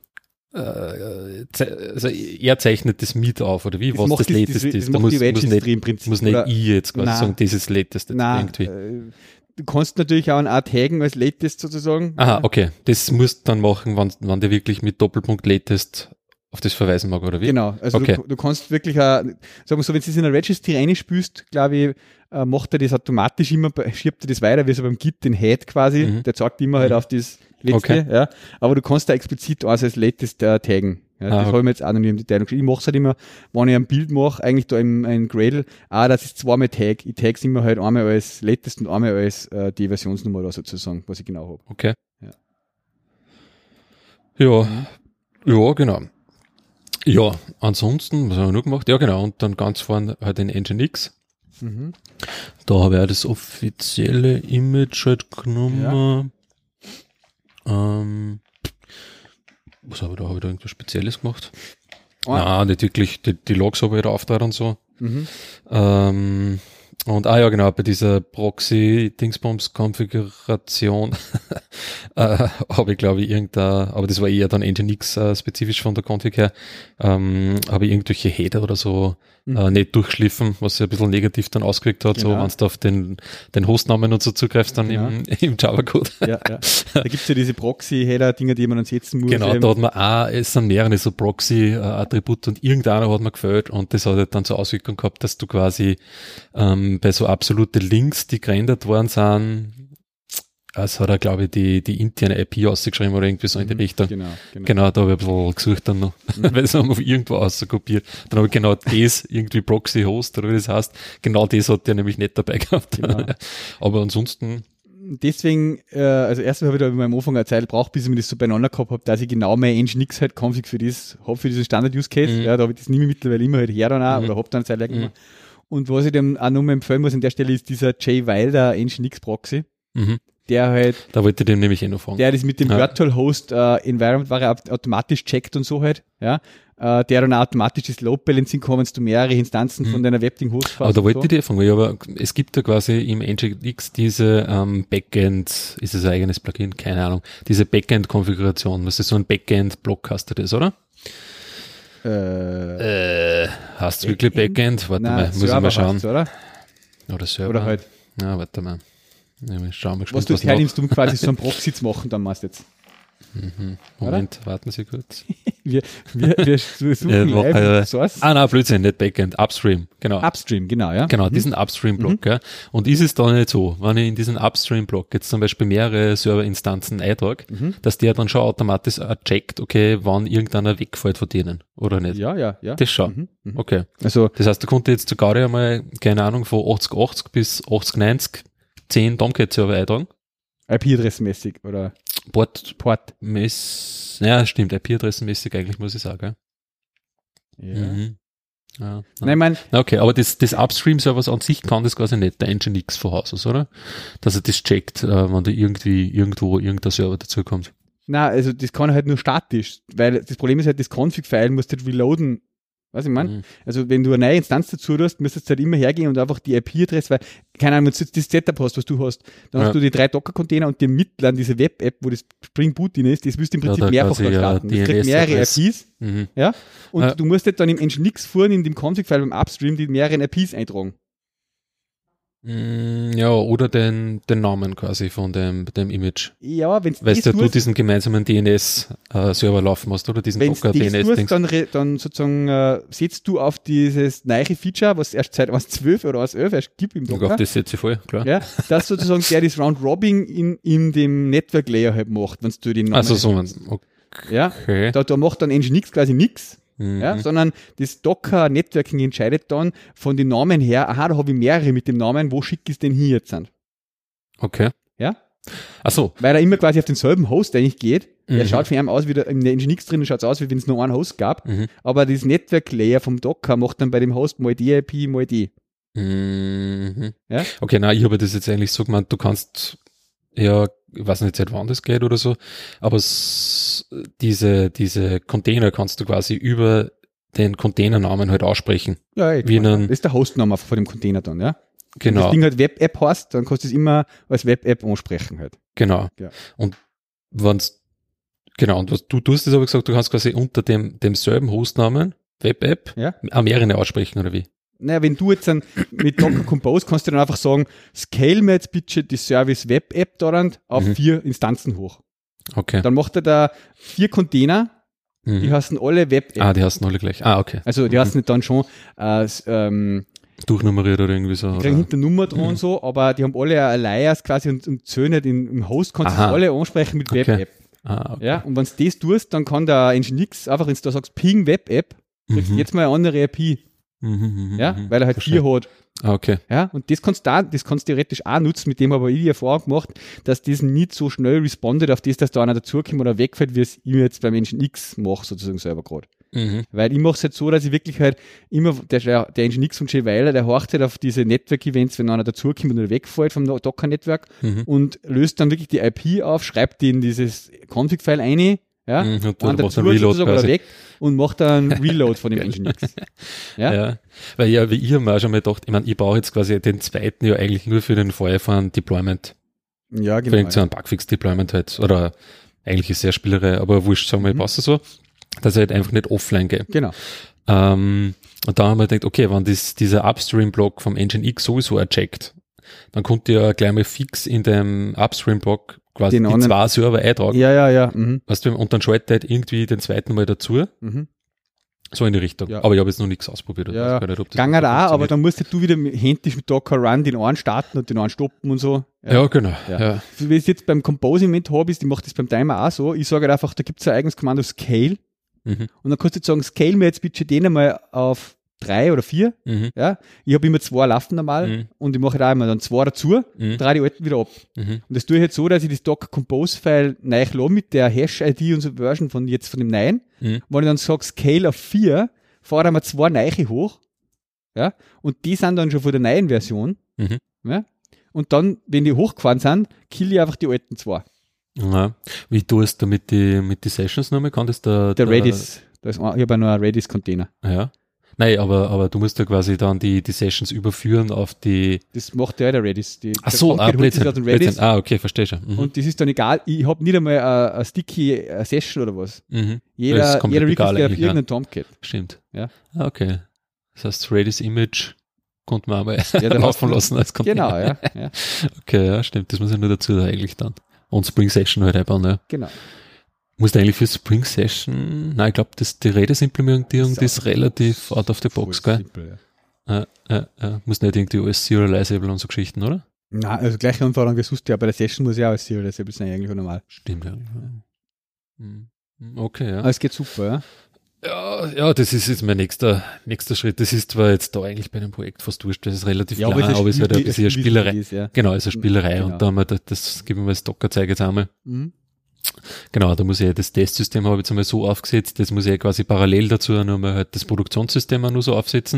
äh, ze- also er zeichnet das mit auf, oder wie? Das was macht das das- Latest das- ist. das Da macht muss, die muss Registry nicht, im Prinzip. muss nicht Oder- ich jetzt quasi Nein. sagen, das ist Latest jetzt Nein, irgendwie. äh, du kannst natürlich auch eine Art taggen als Latest sozusagen. Aha, okay. Das musst du dann machen, wann, wann der wirklich mit Doppelpunkt Latest auf das verweisen mag, oder wie? Genau, also Okay. du, du kannst wirklich, auch, sagen wir so, wenn du es in einer Registry reinspülst, glaube ich, äh, macht er das automatisch immer, schiebt er das weiter, wie so beim Git den Head quasi, Mhm. der zeigt immer halt Mhm. auf das letzte, Okay. ja. Aber du kannst da explizit also als Latest äh, taggen. Ja, Ah, das okay. habe ich mir jetzt auch noch nie im Detail angeschaut. Ich mache es halt immer, wenn ich ein Bild mache, eigentlich da im, im Gradle, ah, das ist zweimal Tag. Ich tag's immer halt einmal als latest und einmal als äh, die Versionsnummer da sozusagen, was ich genau habe. Okay. Ja. Ja, Mhm. ja, genau. Ja, ansonsten, was haben wir noch gemacht? Ja, genau, und dann ganz vorne halt den Nginx. Mhm. Da habe ich auch das offizielle Image halt genommen. Ähm, was habe ich da? Habe ich da irgendwas Spezielles gemacht? Ah. Nein, nicht wirklich. Die, die Logs habe ich da aufgetragen und so. Mhm. Ähm, und, ah ja, genau, bei dieser Proxy-Dingsbums-Konfiguration äh, habe ich, glaube ich, irgendein, aber das war eher dann Nginx äh, spezifisch von der Config her, ähm, habe ich irgendwelche Header oder so Mhm. äh, nicht durchschliffen, was sich ein bisschen negativ dann ausgewirkt hat, so Genau. wenn du auf den, den Hostnamen und so zugreifst dann Genau. im, im Java-Code. Ja, ja. Da gibt's ja diese Proxy-Header-Dinger, die man dann setzen muss. Genau, eben. da hat man auch, es sind mehrere so Proxy-Attribute und irgendeiner hat mir gefällt und das hat halt dann so Auswirkungen gehabt, dass du quasi ähm, bei so absolute Links, die gerendert worden sind, als hat er, glaube ich, die, die interne I P ausgeschrieben oder irgendwie so in die Mhm. Richtung. Genau, genau. Genau, da habe ich ein bisschen gesucht dann noch, Mhm. weil sie haben auf irgendwo auskopiert. Dann habe ich genau das, irgendwie Proxy-Host oder wie das heißt, genau das hat der nämlich nicht dabei gehabt. Genau. Aber ansonsten, Deswegen, äh, also erstmal habe ich da über meinem Anfang eine Zeit gebraucht, bis ich mir das so beieinander gehabt habe, dass ich genau mein Nginx halt Config für das habe, für diesen Standard-Use-Case. Mhm. Ja, da habe ich das nicht mehr mittlerweile immer halt her dann auch, Mhm. oder habe dann eine Zeit lang Mhm. immer. Und was ich dem auch nochmal empfehlen muss an der Stelle ist dieser Jay Wilder Nginx-Proxy, mhm, der halt, da wollte ich dem nämlich eh noch fragen. der das mit dem Ja. Virtual Host äh, Environment war er automatisch checkt und so halt, ja, äh, der dann auch automatisch das Load Balancing kann, wenn du mehrere Instanzen Mhm. von deiner Webding-Host Aber da wollte so. ich dir fragen, ja, aber es gibt ja quasi im Nginx diese ähm, Backend, ist es ein eigenes Plugin? Keine Ahnung. Diese Backend-Konfiguration, was ist so ein Backend-Block, hast du das, oder? Äh, Äh, hast du wirklich Backend? Warte nein, mal, muss ich Server mal schauen. heißt's, oder? Oder Server. Oder halt, Ja, warte mal. Ja, wir schauen mal was gespannt, du was jetzt hernimmst, um quasi so einen Proxy zu machen, dann machst du jetzt. Mhm. Moment, warten Sie kurz. Wir, wir, wir suchen Ja, live äh, Source. Ah, nein, Blödsinn, nicht Backend, Upstream, genau. Upstream, genau, ja. Genau, Mhm. diesen Upstream-Block. Ja. Und ist es dann nicht so, wenn ich in diesen Upstream-Block jetzt zum Beispiel mehrere Serverinstanzen eintrage, Mhm. dass der dann schon automatisch auch checkt, okay, wann irgendeiner wegfällt von denen oder nicht? Ja, ja, ja. Das schon. Mhm. Mhm. Okay. Also, Das heißt, du konnte jetzt zu Gaudi einmal, keine Ahnung, von achtzig achtzig bis achtzig neunzig zehn Tomcat-Server eintragen. I P-Adressmäßig oder Port Port. Mess, ja, stimmt, I P-Adressenmäßig eigentlich, muss ich sagen. Ja. Mhm. Ja, ja. Nein, ich mein, Na, okay, aber das, das Upstream-Servers an sich kann das quasi nicht, der Nginx von Haus aus, oder? Dass er das checkt, äh, wenn da irgendwie, irgendwo, irgendein Server dazukommt. na, also das kann halt nur statisch, weil das Problem ist halt, das Config-File musst du halt reloaden. Was ich meine? Mhm. Also wenn du eine neue Instanz dazu tust, müsstest du halt immer hergehen und einfach die I P-Adresse, weil, keine Ahnung, wenn du jetzt das Setup hast, was du hast, dann Ja. hast du die drei Docker-Container und die Mittlern, diese Web-App, wo das Spring Boot drin ist, das wirst du im Ja, Prinzip da mehrfach quasi, da ja, starten. Das kriegt D N S mehrere I Adress. Ps, Mhm. ja, und Ja. du musst halt dann im Nginx vorne in dem Config-File beim Upstream die mehreren I Ps eintragen. Mm, ja, oder den, den Namen quasi von dem, dem Image. Ja, wenn du Weißt das du, du tust, diesen gemeinsamen D N S-Server laufen hast, oder diesen wenn du das Docker-D N S-Dings. tust, dann, re- dann sozusagen äh, setzt du auf dieses neue Feature, was erst seit eins Punkt zwölf oder eins Punkt elf erst gibt im Docker. Auf das setze ich voll, klar. Ja, dass sozusagen der das Round Robin in, in dem Network Layer halt macht, wenn du den Namen Also so, hast. okay. Ja, da, da macht dann Nginx quasi nichts, Mhm. ja, sondern das Docker Networking entscheidet dann von den Namen her, aha, da habe ich mehrere mit dem Namen, wo schicke ich es denn hier jetzt an? Okay. Ja, Ach so. weil er immer quasi auf denselben Host eigentlich geht. Der Mhm. schaut von ihm aus, wie der, in der Nginx drin schaut es aus, wie wenn es nur einen Host gab, Mhm. aber das Network Layer vom Docker macht dann bei dem Host mal die I P, mal die. Mhm. Ja? Okay, na, ich habe das jetzt eigentlich so gemeint, du kannst, ja, ich weiß nicht, seit wann das geht oder so, aber s- diese, diese Container kannst du quasi über den Containernamen halt aussprechen. Ja, ich Wie meine, einen- das ist der Hostname von dem Container dann, ja. Wenn Genau, das Ding halt Web-App heißt, dann kannst du es immer als Web-App ansprechen halt. genau. Ja. Und wenn's, genau, und was du tust, ist aber gesagt, du kannst quasi unter dem, demselben Hostnamen, Web-App, Ja. auch mehrere aussprechen, oder wie? Naja, wenn du jetzt dann mit Docker Compose kannst du dann einfach sagen, scale mir jetzt bitte die Service Web-App daran auf Mhm. vier Instanzen hoch. Okay. Dann macht er da vier Container, die Mhm. heißen alle Web-App. Ah, die heißen alle gleich. Ah, okay. Also die heißen nicht dann schon äh, s- ähm, Durchnummeriert oder irgendwie so. die kriegen Oder? hinter Nummer dran und so, aber die haben alle ein Alias quasi und, und zählen nicht in, im Host kannst du Aha. alle ansprechen mit Okay. Web-App. Ah, okay. Ja, und wenn du das tust, dann kann der Nginx einfach, wenn du da sagst, Ping Web App, kriegst du Mhm. jetzt mal eine andere I P. Mhm, Ja, mhm. weil er halt Verstehe. vier hat. Ah, okay. Ja, und das kannst du da, das kannst du theoretisch auch nutzen, mit dem habe ich die Erfahrung gemacht, dass das nicht so schnell respondet auf das, dass da einer dazukommt oder wegfällt, wie es ich jetzt beim Nginx mache, sozusagen selber gerade. Mhm. Weil ich mache es halt so, dass ich wirklich halt immer, der, der Nginx von Jay Weiler, der horcht halt auf diese Network-Events, wenn einer dazukommt oder wegfällt vom Docker-Netzwerk Mhm. und löst dann wirklich die I P auf, schreibt die in dieses Config-File ein, ja, Mhm. Und und dann macht dazu ein Reload sozusagen oder quasi. weg und macht dann Reload von dem Nginx. Ja? Ja, weil ja, wie ich habe mir auch schon mal gedacht, ich meine, ich brauche jetzt quasi den zweiten ja eigentlich nur für den Fall von Deployment. Ja, Für genau. irgendein so ein Bugfix-Deployment halt. Oder eigentlich ist sehr Spielerei, aber wurscht, sagen wir, ich Mhm. passe so, dass ich halt einfach nicht offline gehe. Genau. Ähm, und da haben wir gedacht, okay, wenn das, dieser Upstream-Block vom Nginx sowieso ercheckt, dann konnte ich ja gleich mal fix in dem Upstream-Block quasi Den die anderen- zwei Server eintragen. Ja, ja, ja. Mhm. Weißt du, und dann schaltet halt irgendwie den zweiten Mal dazu. Mhm. So in die Richtung. Ja. Aber ich habe jetzt noch nichts ausprobiert. Ich Ja, weiß gar nicht, ob das Gange so auch, aber funktioniert. dann musst du wieder mit- händisch mit Docker Run den einen starten und den einen stoppen und so. Ja, genau. Ja. Ja. So wie ich es jetzt beim Composing-Event habe, ist, ich mache das beim Timer auch so, ich sage halt einfach, da gibt es ein eigenes Kommando Scale Mhm. und dann kannst du jetzt sagen, Scale mir jetzt bitte den einmal auf drei oder vier. Mhm. Ja, ich habe immer zwei laufen normal Mhm. und ich mache da immer dann zwei dazu, Mhm. drehe die alten wieder ab. Mhm. Und das tue ich jetzt so, dass ich das Docker Compose File neu lade mit der Hash-I D und so Version von jetzt von dem neuen. Mhm. Wenn ich dann sage Scale auf vier, fahre ich mir zwei neue hoch. Ja, und die sind dann schon von der neuen Version. Mhm. Ja, und dann, wenn die hochgefahren sind, kill ich einfach die alten zwei. Ja. Wie tust du mit die, mit die Sessions nochmal? Kann das der, Der Redis, da ist, ein- ich habe noch einen Redis-Container. Ja. Nein, aber, aber du musst ja quasi dann die, die Sessions überführen auf die. Das macht ja der Redis. Die, Ach der so, Tomcat ah, holt sich Blödsinn, aus dem Redis. Blödsinn. Ah, okay, verstehe schon. Mhm. Und das ist dann egal, ich habe nicht einmal eine, eine sticky eine Session oder was. Mhm. Das ist Jeder, komplett jeder egal Request geht auf eigentlich, ja. irgendeinen Tomcat. Stimmt. Ja. Ah, okay. Das heißt, Redis Image konnte man einmal Ja, da laufen hast du- lassen als Container. Genau, ja. ja. Okay, ja, stimmt. Das muss ja nur dazu da eigentlich dann. Und Spring Session halt einbauen, ja. Genau. Musst du eigentlich für Spring Session, nein, ich glaube, die Redis-Implementierung, die ist relativ out of the box, Voll gell? simpel, ja. Ja, ja, ja. Musst nicht irgendwie alles serializable und so Geschichten, oder? Nein, also gleiche Anforderung wie sonst, ja, bei der Session muss ja auch als Serializable sein, eigentlich auch normal. Stimmt, ja. Hm. Okay, ja. Aber es geht super, ja. Ja, ja, das ist jetzt mein nächster, nächster Schritt. Das ist zwar jetzt da eigentlich bei einem Projekt fast wurscht, das ist relativ Ja, klar, aber es ist aber es ist halt ein bisschen eine Spielerei. Ist, ja. Genau, es ist eine Spielerei Genau. und da haben wir, das, das geben wir als Docker-Zeige jetzt einmal. Mhm. Genau, da muss ich das Testsystem habe ich jetzt einmal so aufgesetzt, das muss ich quasi parallel dazu noch mal halt das Produktionssystem auch nur so aufsetzen,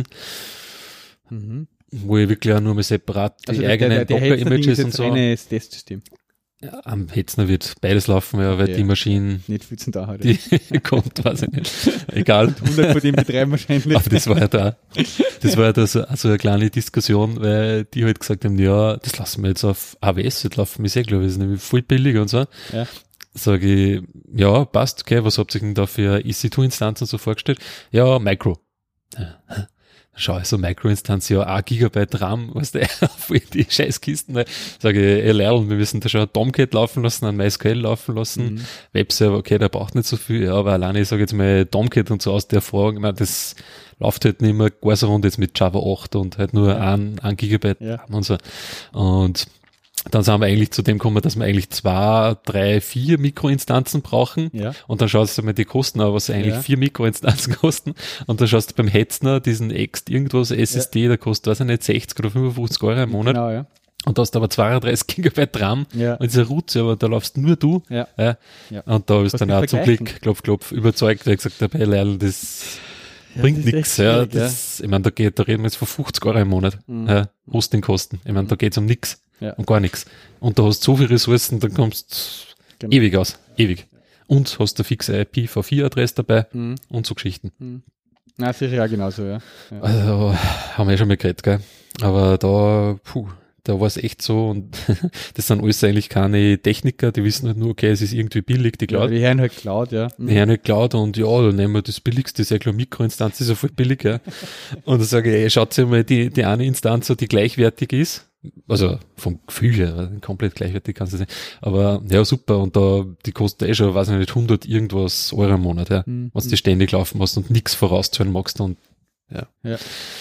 Mhm. wo ich wirklich auch nur mal separat die Also der, eigenen der, der Hetzner-Ding Docker-Images ist und jetzt so. reines Testsystem. Ja, am Hetzner wird beides laufen, ja, weil Okay. die Maschine, Nicht viel zum da halt. die kommt, weiß ich nicht. Egal. hundert von dem betreiben wahrscheinlich. Aber das war ja da, das war ja da so also eine kleine Diskussion, weil die halt gesagt haben, ja, das lassen wir jetzt auf A W S halt laufen, ist eh, glaube ich, ist nämlich voll billig und so. Ja. Sage ich, ja, passt, okay, was habt ihr denn da für E C zwei Instanzen so vorgestellt? Ja, Micro. Ja. Schau, so Micro-Instanz, ja, ein Gigabyte RAM, weißt du, voll die Scheißkisten. Ne? Sage ich, ey, Lehrl, wir müssen da schon ein Tomcat laufen lassen, ein MySQL laufen lassen, Mhm. Webserver, okay, der braucht nicht so viel, ja, aber alleine, ich sage jetzt mal, Tomcat und so aus der Erfahrung, ich meine, das läuft halt nicht mehr gar so rund jetzt mit Java acht und halt nur Ja. ein, ein Gigabyte Ja. RAM und so. Und dann sind wir eigentlich zu dem gekommen, dass wir eigentlich zwei, drei, vier Mikroinstanzen brauchen. Ja. Und dann schaust du mal die Kosten an, was eigentlich Ja. vier Mikroinstanzen kosten. Und dann schaust du beim Hetzner diesen Ext irgendwas S S D, der kostet, weiß ich nicht, sechzig oder fünfundfünfzig Euro im Monat. Genau, ja. Und da hast du aber zweiunddreißig Gigabyte RAM. Ja. Und dieser Root-Server, da laufst nur du. Ja. Ja. Ja. Und da ist Kannst dann nicht auch zum vergleichen. Glück, klopf, klopf, überzeugt, weil ich gesagt habe, hey Leil, das Ja, bringt das ist nichts. echt Ja, schwierig, das, ich meine, da geht, da reden wir jetzt von fünfzig Euro im Monat. Mhm. Ja, Hostingkosten. Ich meine, da geht's um nichts. Ja. Um gar nichts. Und da hast du so viele Ressourcen, dann kommst Genau. ewig aus. Ewig. Und hast eine fixe I P v vier Adresse dabei Mhm. und so Geschichten. Mhm. Na, sicher ja genauso, ja. ja. Also, haben wir ja schon mal geredet, gell? Aber da, puh, da war es echt so und das sind alles eigentlich keine Techniker, die wissen halt nur, okay, es ist irgendwie billig, die Ja, Cloud. wir hören halt Cloud, ja. Mhm. Ja, nicht Cloud und ja, dann nehmen wir das billigste, das ist ja klar Mikroinstanz, ist ja voll billig, ja. Und dann sage ich, ey, schaut sich mal die, die eine Instanz, so, die gleichwertig ist. Also vom Gefühl her, komplett gleichwertig kannst du sein. Aber ja, super. Und da, die kostet eh schon, weiß ich nicht, hundert irgendwas Euro im Monat, ja. Mhm. Was du ständig laufen musst und nichts vorauszahlen magst und ja. Ja.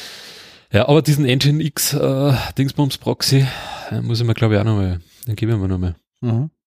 Ja, aber diesen Nginx äh, Dingsbums Proxy, äh, muss ich mir glaube ich auch nochmal, den gebe ich mir nochmal. Mhm.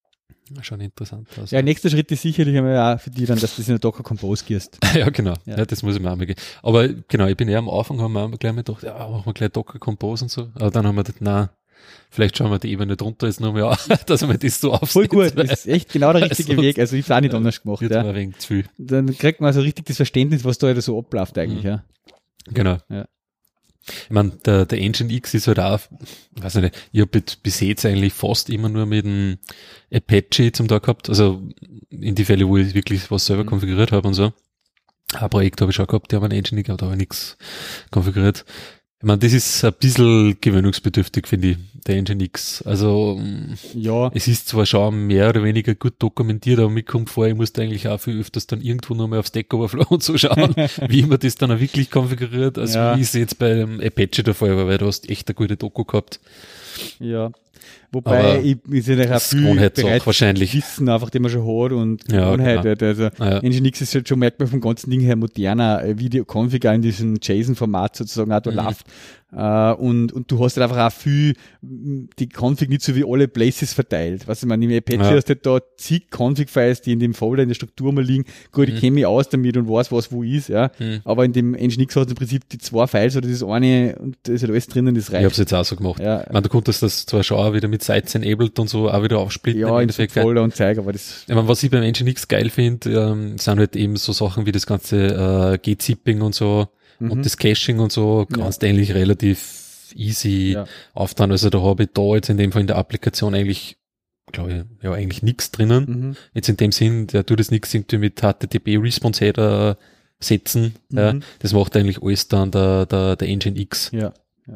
Schon interessant aus. Ja, nächster Schritt ist sicherlich einmal auch für die dann, dass du das in der Docker Compose gehst. Ja, genau. Ja. Ja, das muss ich mir auch mal gehen. Aber genau, ich bin eher am Anfang, haben wir auch gleich mal gedacht, ja, machen wir gleich Docker Compose und so. Aber dann haben wir gedacht, nein, vielleicht schauen wir die Ebene drunter jetzt noch mal an, dass wir das so aufsetzt. Voll gut, das ist echt genau der richtige Also, Weg. Also ich habe es auch nicht anders gemacht. Wird Ja. mir ein wenig zu viel. Dann kriegt man so richtig das Verständnis, was da so abläuft eigentlich. Mhm. Ja. Genau. Ja. Ich meine, der, der Engine X ist halt auch, weiß nicht, ich habe bis jetzt eigentlich fast immer nur mit dem Apache zum Tag gehabt, also in die Fälle, wo ich wirklich was selber Mhm. konfiguriert habe und so. Ein Projekt habe ich schon gehabt, die haben einen Engine X, aber da habe ich nichts konfiguriert. Ich meine, das ist ein bisschen gewöhnungsbedürftig, finde ich, der Engine X. Also, Ja. es ist zwar schon mehr oder weniger gut dokumentiert, aber mir kommt vor, ich muss da eigentlich auch viel öfters dann irgendwo nochmal auf Stack Overflow und so schauen, wie man das dann auch wirklich konfiguriert, als Ja. wie es jetzt bei dem Apache der Fall war, weil du hast echt eine gute Doku gehabt. Ja. Wobei Aber ich, ich sehe auch das ist viel Gewohnheitssache bereit wahrscheinlich. Wissen einfach, den man schon hat und Ja, Gewohnheit. genau. Also Ah, ja. Nginx ist halt schon merkbar vom ganzen Ding her moderner, äh, wie die Config auch in diesem JSON-Format sozusagen auch da Mhm. läuft. Äh, und, und du hast halt einfach auch viel, m, die Config nicht so wie alle Places verteilt. Was ich meine, im Apache Ja. hast du halt da zig Config-Files, die in dem Folder, in der Struktur mal liegen. Gut, ich Mhm. kenne mich aus damit und weiß, was wo ist, ja. Mhm. Aber in dem Nginx hast du im Prinzip die zwei Files oder das eine und da ist halt alles drinnen, das Ich habe reicht. es jetzt auch so gemacht. Ja. Ich meine, du konntest das zwar schon auch wieder mit Sites enabled und so auch wieder aufsplitten. Ja, im in so Endeffekt, gell? Folder und Zeig, aber das, Ich meine, was ich beim Nginx geil finde, ähm, sind halt eben so Sachen wie das ganze äh, G-Zipping und so Mhm. und das Caching und so, Ja. kannst du eigentlich relativ easy ja. auftragen. Also da habe ich da jetzt in dem Fall in der Applikation eigentlich, glaube ich, ja eigentlich nichts drinnen. Mhm. Jetzt in dem Sinn, der tut das nichts irgendwie mit H T T P Response Header setzen. Ja. Mhm. Das macht eigentlich alles dann der, der, der Nginx Ja.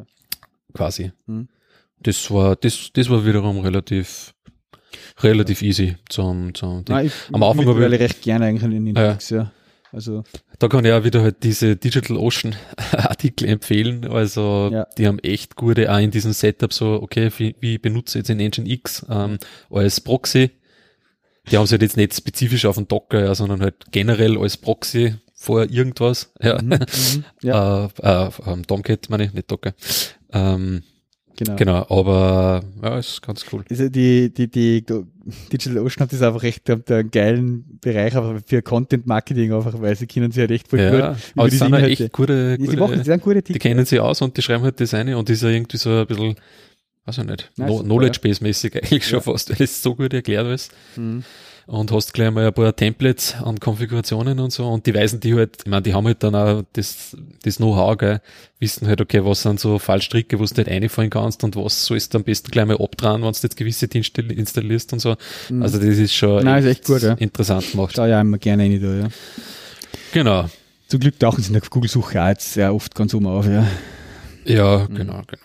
quasi. Mhm. Das war, das, das war wiederum relativ, relativ easy zum, zum Ding. Nein, ich Am Anfang habe mittlerweile recht gerne eigentlich in den Ja. Nginx, ja. Also, Da kann ich auch wieder halt diese DigitalOcean Artikel empfehlen. Also Ja. die haben echt gute auch in diesem Setup so, okay, wie, wie benutze ich jetzt den Nginx ähm, als Proxy. Die haben es halt jetzt nicht spezifisch auf den Docker, ja, sondern halt generell als Proxy vor irgendwas. Ja. mhm, mhm, ja, äh, äh, ähm, Tomcat meine ich, nicht Docker. Ähm, genau. genau, aber ja, ist ganz cool. Also die, die, die DigitalOcean hat das einfach recht, haben da einen geilen Bereich aber für Content Marketing einfach, weil sie können sich halt echt voll Ja, gut aber über die diese sind ja Inhalte. echt gute, Die, die machen, die gute sind gute die Titel. kennen sie aus und die schreiben halt das eine und das ist ja irgendwie so ein bisschen, weiß ich nicht, Nein, no, super, Knowledge-Base-mäßig eigentlich schon Ja. fast, weil es so gut erklärt ist. Mhm. Und hast gleich mal ein paar Templates an Konfigurationen und so und die weisen die halt, ich meine, die haben halt dann auch das, das Know-how, gell, wissen halt, okay, was sind so Fallstricke, wo du nicht reinfallen kannst und was sollst du am besten gleich mal abdrehen, wenn du jetzt gewisse Dienste installierst und so. Mhm. Also das ist schon Nein, ist echt gut, ja. interessant gemacht. Schau ja immer gerne rein da, ja. Genau. Zum Glück tauchen sie in der Google-Suche auch jetzt sehr oft ganz oben auf, ja. Ja, Mhm. genau, genau,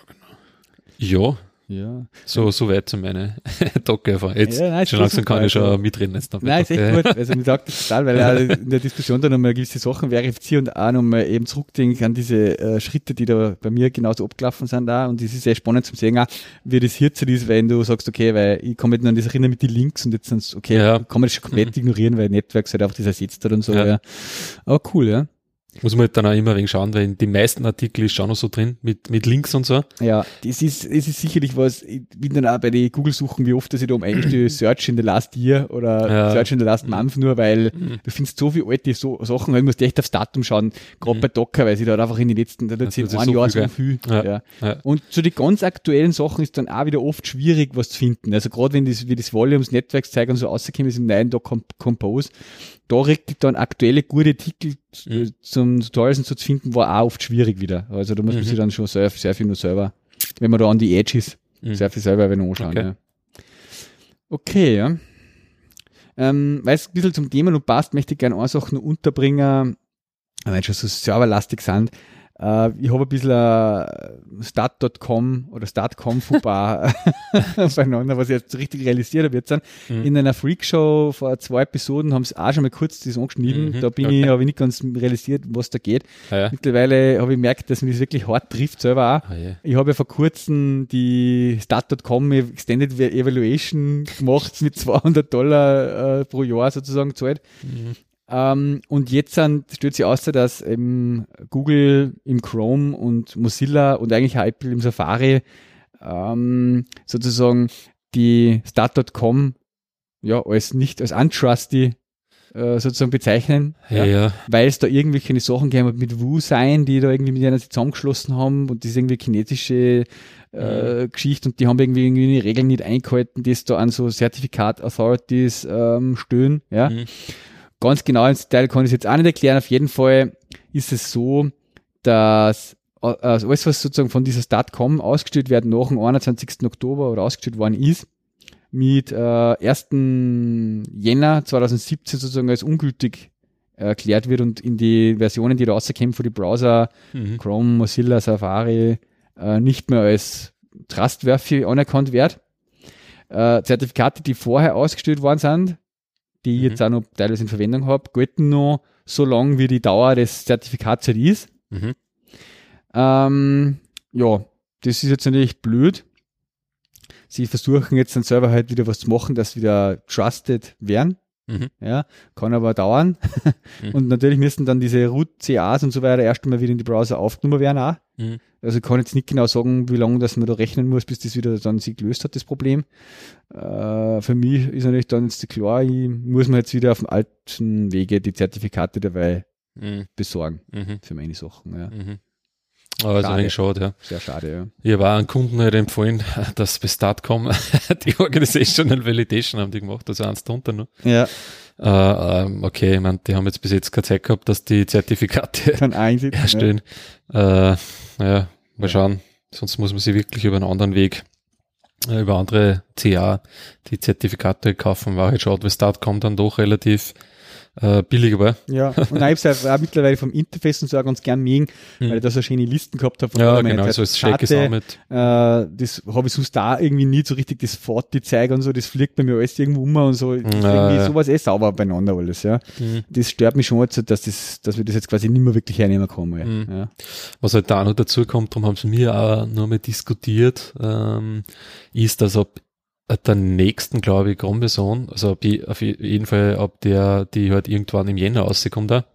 genau. Ja, Ja. so, so weit zu meiner Docker-Erfahrung. Jetzt, Ja, nein, ist schon schon langsam super, kann ich schon also- mitreden jetzt noch. bei Nein, ist echt Docker. gut. Also mir sagt das total, weil ich auch in der Diskussion dann nochmal gewisse Sachen verifiziere und auch nochmal eben zurückdenke an diese äh, Schritte, die da bei mir genauso abgelaufen sind da. Und das ist sehr spannend zum sehen, auch, wie das hier ist, wenn du sagst, okay, weil ich kann mich dann an das erinnern mit den Links und jetzt sind okay, Ja. kann man das schon komplett ignorieren, weil Networks halt einfach das ersetzt hat und so. Ja. Ja. Aber cool, ja. Muss man halt dann auch immer ein wenig schauen, weil in den meisten Artikeln ist schon noch so drin, mit, mit Links und so. Ja, das ist, es ist sicherlich was, ich bin dann auch bei den Google-Suchen, wie oft dass ich da um einstelle, Search in the last year oder Ja. Search in the last month, nur weil Mhm. du findest so viele alte so Sachen, weil du musst echt aufs Datum schauen, gerade Mhm. bei Docker, weil sie da einfach in den letzten, da Das erzählt ist ein so Jahr viel, so viel. Ja. Ja. Ja. Und so die ganz aktuellen Sachen ist dann auch wieder oft schwierig, was zu finden. Also gerade wenn das, wie das Volumes, Networks zeigen und so rausgekommen ist im neuen Doc Compose, da regt dann aktuelle gute Artikel Mhm. zum Tutorials und so zu finden, war auch oft schwierig wieder. Also da muss man Mhm. sich dann schon sehr, sehr viel nur selber, wenn man da an die Edge ist, Mhm. sehr viel selber wenn anschauen. Okay. Ja. Okay, ja. Ähm, weil es ein bisschen zum Thema noch passt, möchte ich gerne eine Sache noch unterbringen, weil schon so serverlastig sind. Äh, ich habe ein bisschen äh, Start Punkt com oder Start Punkt com Fauxpas beieinander, was ich jetzt richtig realisiert habe jetzt. Mhm. In einer Freakshow vor zwei Episoden haben sie auch schon mal kurz das angeschnitten. Mhm, Da bin okay. ich, habe ich nicht ganz realisiert, was da geht. Ah, ja. Mittlerweile habe ich gemerkt, dass mich das wirklich hart trifft, selber auch. Ah, ja. Ich habe ja vor kurzem die Start Punkt com Extended Evaluation gemacht mit zweihundert Dollar äh, pro Jahr sozusagen gezahlt. Mhm. Ähm, und jetzt sind, stellt sich aus, dass ähm, Google im Chrome und Mozilla und eigentlich auch Apple im Safari ähm, sozusagen die Start Punkt com ja, als nicht, als untrusty äh, sozusagen bezeichnen, Ja, ja. weil es da irgendwelche Sachen gegeben hat mit Wu sein, die da irgendwie mit denen sich zusammengeschlossen haben und das ist irgendwie chinesische äh, Mhm. Geschichte und die haben irgendwie, irgendwie die Regeln nicht eingehalten, die es da an so Zertifikat-Authorities ähm, stöhnen, ja. Mhm. Ganz genau ins Detail kann ich es jetzt auch nicht erklären. Auf jeden Fall ist es so, dass äh, also alles, was sozusagen von dieser Start.com ausgestellt wird, nach dem einundzwanzigsten Oktober oder ausgestellt worden ist, mit äh, ersten Jänner zweitausendsiebzehn sozusagen als ungültig erklärt wird und in die Versionen, die da rauskommen von die Browser, Mhm. Chrome, Mozilla, Safari, äh, nicht mehr als trustworthy anerkannt wird. Äh, Zertifikate, die vorher ausgestellt worden sind, die ich Mhm. jetzt auch noch teilweise in Verwendung habe, gelten noch so lange, wie die Dauer des Zertifikats halt ist. Mhm. Ähm, ja, das ist jetzt natürlich blöd. Sie versuchen jetzt dann selber halt wieder was zu machen, dass sie wieder trusted werden. Mhm. Ja, kann aber dauern. Mhm. Und natürlich müssen dann diese Root-C As und so weiter erst einmal wieder in die Browser aufgenommen werden auch. Mhm. Also ich kann jetzt nicht genau sagen, wie lange das man da rechnen muss, bis das wieder dann sich gelöst hat, das Problem. Äh, für mich ist natürlich dann jetzt klar, ich muss mir jetzt wieder auf dem alten Wege die Zertifikate dabei Mhm. besorgen Mhm. für meine Sachen. Ja. Mhm. Aber ist Schade. ein wenig schade, ja. Sehr schade, ja. Ich habe auch einen Kunden halt empfohlen, dass bei Start.com die Organizational Validation haben die gemacht, also eins drunter noch. Ja, Äh, ähm, okay, ich meine, die haben jetzt bis jetzt keine Zeit gehabt, dass die Zertifikate dann einsetzen. erstellen. Äh, naja, mal Ja. schauen. Sonst muss man sie wirklich über einen anderen Weg, äh, über andere C A, die Zertifikate kaufen. War halt schade, weil Start.com dann doch relativ äh, billig war. Ja, und ich habe es auch mittlerweile vom Interface und so auch ganz gern mögen, Hm. weil ich da so schöne Listen gehabt habe. von Ja, all meinen genau, so ist Shake Zertifikate. gesammelt. Äh, das habe ich sonst da irgendwie nie so richtig, das Forti-Zeug und so, das fliegt bei mir alles irgendwo um und so. Das ist Ja, irgendwie ja. sowas eh sauber beieinander alles, ja. Mhm. Das stört mich schon jetzt, dass das, dass wir das jetzt quasi nicht mehr wirklich hernehmen können. Mal. Mhm. Ja. Was halt da noch dazu kommt, darum haben sie mir auch noch mal diskutiert, ähm, ist, dass ab der nächsten, glaube ich, Chrome-Version, also ab, je- auf jeden Fall ab der, die halt irgendwann im Jänner rauskommt, da,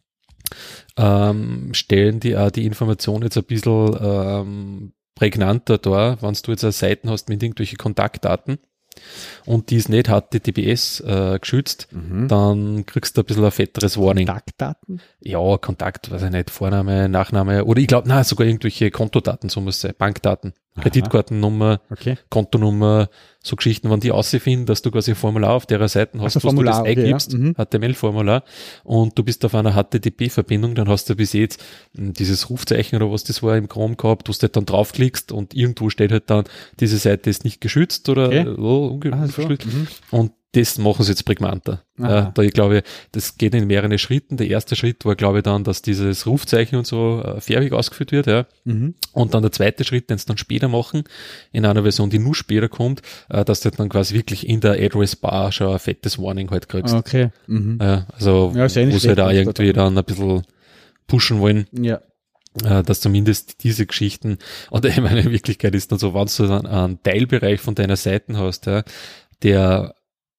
ähm, stellen die auch die Information jetzt ein bisschen ähm, prägnanter dar, wenn du jetzt eine Seiten hast mit irgendwelchen Kontaktdaten und die ist nicht H T T P S äh, geschützt, Mhm. dann kriegst du ein bisschen ein fetteres Warning. Kontaktdaten? Ja, Kontakt, weiß ich nicht, Vorname, Nachname oder ich glaube, na sogar irgendwelche Kontodaten, so muss es sein, Bankdaten, Aha. Kreditkartennummer, Okay. Kontonummer, so Geschichten, wenn die ausfinden, dass du quasi ein Formular auf der Seite hast, Ach so, wo Formular, du das okay, eingibst, ja. Mhm. H T M L-Formular, und du bist auf einer H T T P-Verbindung, dann hast du bis jetzt mh, dieses Rufzeichen oder was das war im Chrome gehabt, wo du halt dann draufklickst und irgendwo steht halt dann, diese Seite ist nicht geschützt oder Okay. oh, unge- Ah, so. verschlüsselt. Mhm. Und das machen sie jetzt prägnanter. Aha. Ja, da ich glaube, das geht in mehreren Schritten. Der erste Schritt war, glaube ich, dann, dass dieses Rufzeichen und so äh, färbig ausgeführt wird, ja. Mhm. Und dann der zweite Schritt, den sie dann später machen, in einer Version, die nur später kommt, äh, dass du dann quasi wirklich in der Address Bar schon ein fettes Warning halt kriegst. Okay. Mhm. Äh, also, Ja, ist ja nicht wo sie halt schlecht, auch was da irgendwie dann ein bisschen pushen wollen, Ja. äh, dass zumindest diese Geschichten, oder ich meine, in Wirklichkeit ist dann so, wenn du dann einen Teilbereich von deiner Seiten hast, ja, der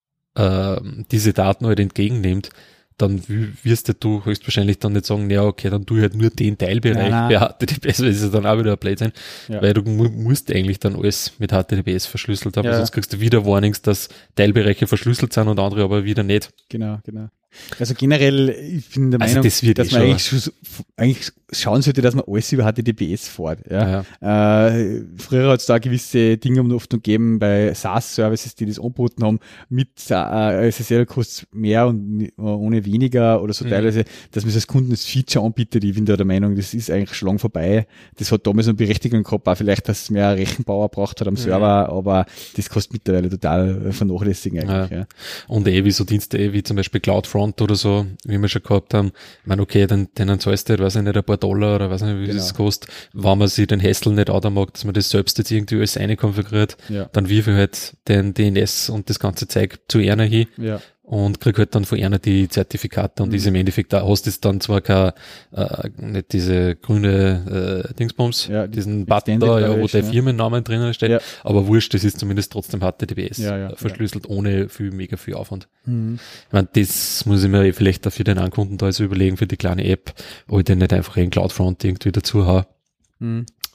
äh, diese Daten halt entgegennimmt, dann w- wirst du höchstwahrscheinlich dann nicht sagen, ja, okay, dann tu ich halt nur den Teilbereich Nein, nein. bei H T T P S, weil das ist dann auch wieder ein Blödsinn, Ja. weil du mu musst eigentlich dann alles mit H T T P S verschlüsselt haben, Ja. sonst kriegst du wieder Warnings, dass Teilbereiche verschlüsselt sind und andere aber wieder nicht. Genau, genau. Also generell, ich bin der Also Meinung, das wird dass eh man schon- eigentlich, schon so- eigentlich schauen sollte, dass man alles über H T T P S fährt. Ja. Ja. Äh, früher hat es da gewisse Dinge oft noch gegeben bei SaaS-Services, die das angeboten haben, mit äh, S S L kostet mehr und ni- ohne weniger oder so Mhm. teilweise, dass man es als Kunden als Feature anbietet. Ich bin da der Meinung, das ist eigentlich schon lang vorbei. Das hat damals eine Berechtigung gehabt, auch vielleicht, dass es mehr Rechenpower braucht hat am Mhm. Server, aber das kostet mittlerweile total äh, vernachlässigen eigentlich. Ja. Ja. Und eh wie so Dienste, eh, wie zum Beispiel CloudFront oder so, wie wir schon gehabt haben. Ich meine, okay, dann, denen zahlst du halt, weiß ich nicht, ein paar Dollar oder weiß nicht, wie Genau. das kostet. Wenn man sich den Hassel nicht auch mag, dass man das selbst jetzt irgendwie alles einkonfiguriert, Ja. dann wirf ich halt den D N S und das ganze Zeug zu einer hin Ja. und krieg halt dann von einer die Zertifikate und Mhm. ist im Endeffekt, da hast du dann zwar kein, äh, nicht diese grüne äh, Dingsbums, Ja, die diesen Button Extended da, ja, wo Version, der ja. Firmennamen drinnen steht, Ja. aber wurscht, das ist zumindest trotzdem H T T P S Ja, ja, äh, verschlüsselt, ohne viel, mega viel Aufwand. Mhm. Ich meine, das muss ich mir vielleicht dafür den Ankunden da also überlegen, für die kleine App, ob ich den nicht einfach in CloudFront irgendwie dazu habe. Mhm.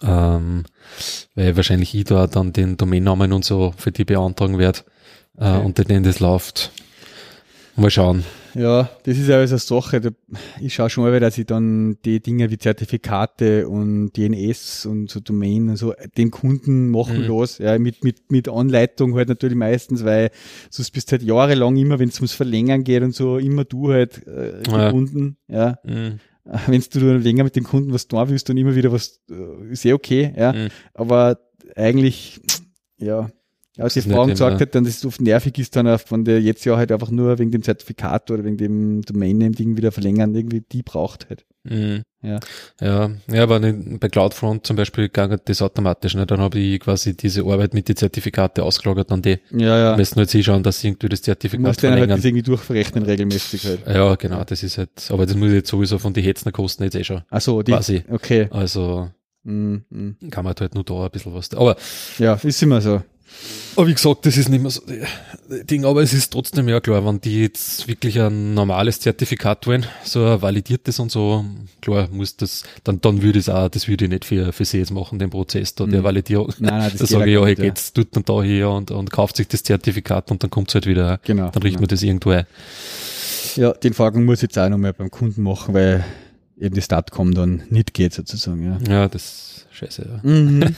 ähm, weil wahrscheinlich ich da dann den Domainnamen und so für die beantragen werde, äh, Okay. unter denen das läuft. Mal schauen. Ja, das ist ja also eine Sache. Da, ich schaue schon mal, dass ich dann die Dinge wie Zertifikate und D N S und so Domain und so den Kunden machen Mhm. lasse. Ja, mit, mit, mit Anleitung halt natürlich meistens, weil sonst bist du halt jahrelang immer, wenn es ums Verlängern geht und so, immer du halt äh, Ja. gebunden. Ja. Mhm. Wenn du länger mit dem Kunden was tun willst, dann immer wieder was, äh, ist eh okay, ja. Mhm. Aber eigentlich, ja, als die ist nicht Frau immer- gesagt hat, dann, dass es oft nervig ist, dann auch von der jetzt ja halt einfach nur wegen dem Zertifikat oder wegen dem Domain-Name-Ding wieder verlängern, irgendwie die braucht halt. Mhm. Ja. Ja, ja, aber nicht- bei CloudFront zum Beispiel ging das automatisch. Ne? Dann habe ich quasi diese Arbeit mit den Zertifikate ausgelagert an die. Ja, ja. Müssen halt zuschauen, dass sie irgendwie das Du Zertifikat musst dann halt verlängern. das irgendwie durchverrechnen regelmäßig halt. Ja, genau, das ist halt, aber das muss ich jetzt sowieso von den Hetzner kosten jetzt eh schon. Ach so, die, Quasi. okay. Also Mhm, mhm. kann man halt nur da ein bisschen was. Aber, Ja, ist immer so. aber wie gesagt, das ist nicht mehr so die, die Ding, aber es ist trotzdem ja klar, wenn die jetzt wirklich ein normales Zertifikat wollen, so ein validiertes und so, klar muss das, dann, dann würde ich es auch, das würde ich nicht für, für sie jetzt machen, den Prozess da, der Mhm. Validierung. Nein, nein, das Da geht sage ich, ja, gar hey, nicht, ja. geht's, tut dann da her und, und kauft sich das Zertifikat und dann kommt es halt wieder, Genau. dann richten genau. wir das irgendwo ein. Ja, den Vorgang muss ich jetzt auch noch mal beim Kunden machen, weil eben das Datcom dann nicht geht sozusagen, ja. Ja, das ist scheiße, ja. Mhm.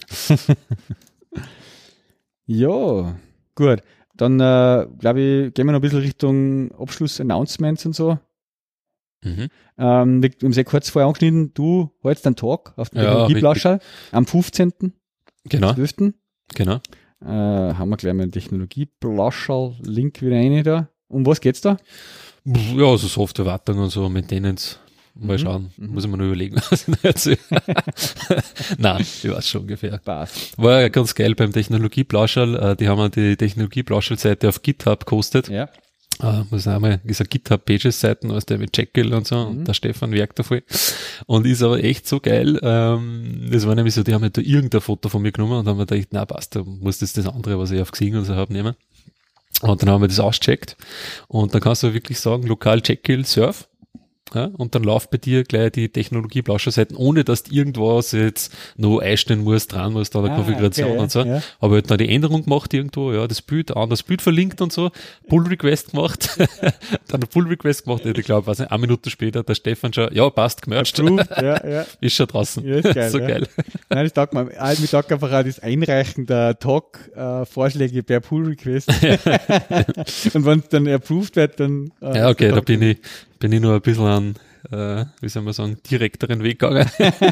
Ja, gut. Dann äh, glaube ich, gehen wir noch ein bisschen Richtung Abschluss-Announcements und so. Mhm. Ähm, wir wir haben es ja kurz vorher angeschnitten, du hältst einen Talk auf dem Ja, Technologieblauscher am fünfzehnten Genau, zwölften genau. Äh, haben wir gleich mal einen Technologieblauscher-Link wieder rein da. Um was geht's da? Ja, also Softwarewartung und so, Maintenance. Mal Mhm. schauen. Mhm. Muss ich mir noch überlegen, was ich noch erzähle. Nein, ich weiß schon ungefähr. Passt. War ja ganz geil beim Technologieplauscherl. Äh, die haben ja die Technologieplauscherl-Seite auf GitHub gehostet. Ja. Äh, muss ich einmal, diese GitHub-Pages-Seiten, aus der mit Jekyll und so, Mhm. und der Stefan werkt da voll. Und ist aber echt so geil. Ähm, das war nämlich so, die haben halt da irgendein Foto von mir genommen und haben mir gedacht, na passt, da muss das das andere, was ich auf Xing und so habe, nehmen. Und dann haben wir das ausgecheckt. Und dann kannst du wirklich sagen, lokal Jekyll Surf. Ja, und dann läuft bei dir gleich die Technologie-Plauscher-Seiten, ohne dass du irgendwas jetzt noch einstellen musst, dran musst, an der Ah, Konfiguration okay, und so. ja. Aber halt noch die Änderung gemacht irgendwo, ja, das Bild, anderes Bild verlinkt und so, Pull-Request gemacht, dann ein Pull-Request gemacht, ich glaube, weiß nicht, eine Minute später, der Stefan schon, ja, passt, gemerged, Approved, ja, ja. ist schon draußen. Ja, ist geil, so ja. geil. Nein, das taugt mir. Also, mir taugt einfach auch das Einreichen der Talk-Vorschläge per Pull-Request. Und wenn es dann approved wird, dann. Äh, Ja, okay, ist da der bin ich, bin ich nur ein bisschen an, äh, wie soll man sagen, direkteren Weg gegangen.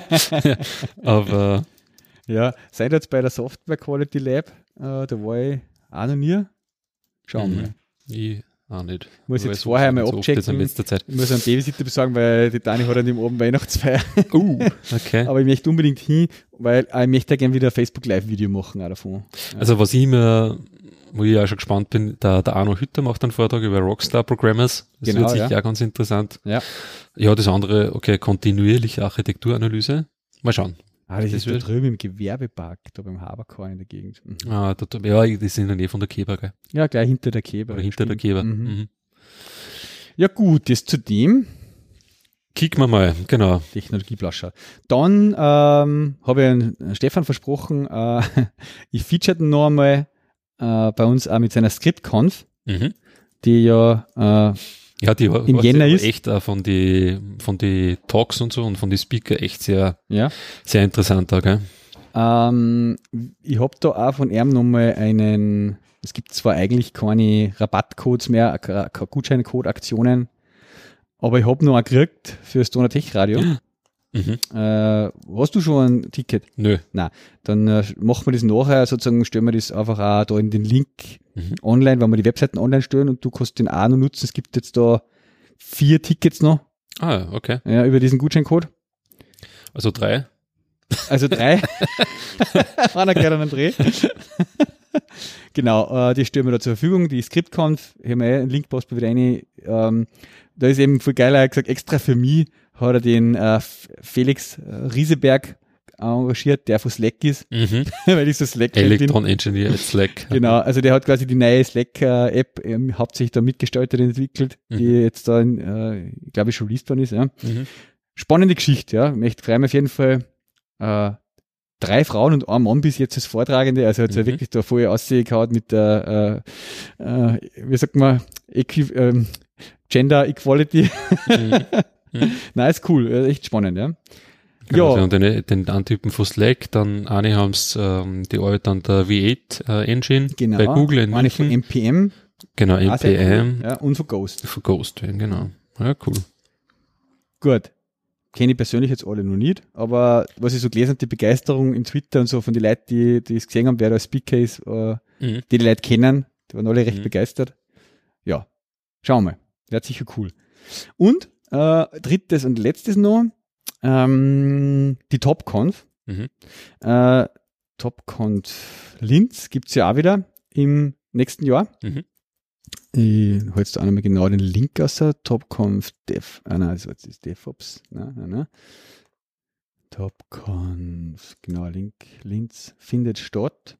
Aber, Ja, seid jetzt bei der Software Quality Lab, äh, da war ich auch noch nie. Schauen wir mhm. mal. ich auch nicht. Muss Weil jetzt so- vorher mal so oft jetzt in abchecken. letzter Zeit. Ich muss einen Babysitter besorgen, weil die Dani hat an dem Abend Weihnachtsfeier. Uh, okay. Aber ich möchte unbedingt hin, weil äh, ich möchte ja gerne wieder ein Facebook Live-Video machen auch davon. Ja. Also was ich mir, wo ich auch schon gespannt bin, der, der Arno Hütter macht einen Vortrag über Rockstar Programmers. Das Genau, wird sicher ja. auch ganz interessant. Ja. Ja, das andere, okay, kontinuierliche Architekturanalyse. Mal schauen. Ah, das, das ist da wird- drüben im Gewerbepark, da beim Haberkorn in der Gegend. Mhm. Ah, da, da, ja, die sind in der Nähe von der Keber, gell? Ja, gleich hinter der Keber. Oder hinter der stimmt. Keber. Mhm. Mhm. Ja gut, das zu dem Kicken wir mal, genau. Technologieblauscher. Dann ähm, habe ich einen Stefan versprochen, äh, ich featurete noch einmal äh, bei uns auch mit seiner ScriptConf, Mhm. die ja äh, Ja, die Im war Jänner ist- echt auch von die, von die Talks und so und von die Speaker echt sehr, ja, sehr interessant da, gell? ähm, ich habe da auch von ihm nochmal einen, es gibt zwar eigentlich keine Rabattcodes mehr, keine Gutscheincode-Aktionen, aber ich habe noch einen gekriegt für das Donau Tech Radio. Mhm. Äh, hast du schon ein Ticket? Nö. Dann äh, machen wir das nachher, sozusagen stellen wir das einfach auch da in den Link Mhm. online, wenn wir die Webseiten online stellen und du kannst den auch noch nutzen. Es gibt jetzt da vier Tickets noch Ah, okay. ja, über diesen Gutscheincode. Also drei. Also drei. Einer gehört an den Dreh. Genau, äh, die stellen wir da zur Verfügung. Die ScriptConf, hier haben wir eh einen Link, passt wieder rein. Ähm, da ist eben viel geiler, er hat gesagt, extra für mich hat er den äh, F- Felix äh, Rieseberg engagiert, der von Slack ist, Mhm. weil ich so Slack bin. Electron Engineer at Slack. Genau, also der hat quasi die neue Slack-App ähm, hauptsächlich da mitgestaltet und entwickelt, die Mhm. jetzt da, in, äh, ich glaube ich, schon released worden ist. Ja. Mhm. Spannende Geschichte, ja. Ich möchte freuen auf jeden Fall. Äh, drei Frauen und ein Mann bis jetzt als Vortragende, also hat es Mhm. ja wirklich da voll ausgehauen mit der, äh, äh, wie sagt man, Equi ähm, Gender Equality. Mhm. Mhm. Nein, ist cool, äh, echt spannend, ja. Genau, Ja. und den, den Antypen von Slack, dann eine haben es, ähm, die Arbeit an der V acht äh, Engine Genau. bei Google in Eine von München. M P M. Genau, auch sehr M P M, cool, ja, und von Ghost. von Ghost, genau. Ja, cool. Gut. Kenne ich persönlich jetzt alle noch nicht, aber was ich so gelesen habe, die Begeisterung in Twitter und so von den Leuten, die, die es gesehen haben, wer da Speaker ist, äh, Mhm. die die Leute kennen, die waren alle recht Mhm. begeistert. Ja, schauen wir mal. Wird sicher cool. Und äh, drittes und letztes noch, ähm, die TopConf. Mhm. Äh, TopConf Linz gibt's ja auch wieder im nächsten Jahr. Mhm. Ich hole jetzt da auch nochmal genau den Link aus. TopConf Dev. Ah, nein, das war jetzt DevOps. Nein, nein, nein. TopConf, genau, Link, Linz findet statt.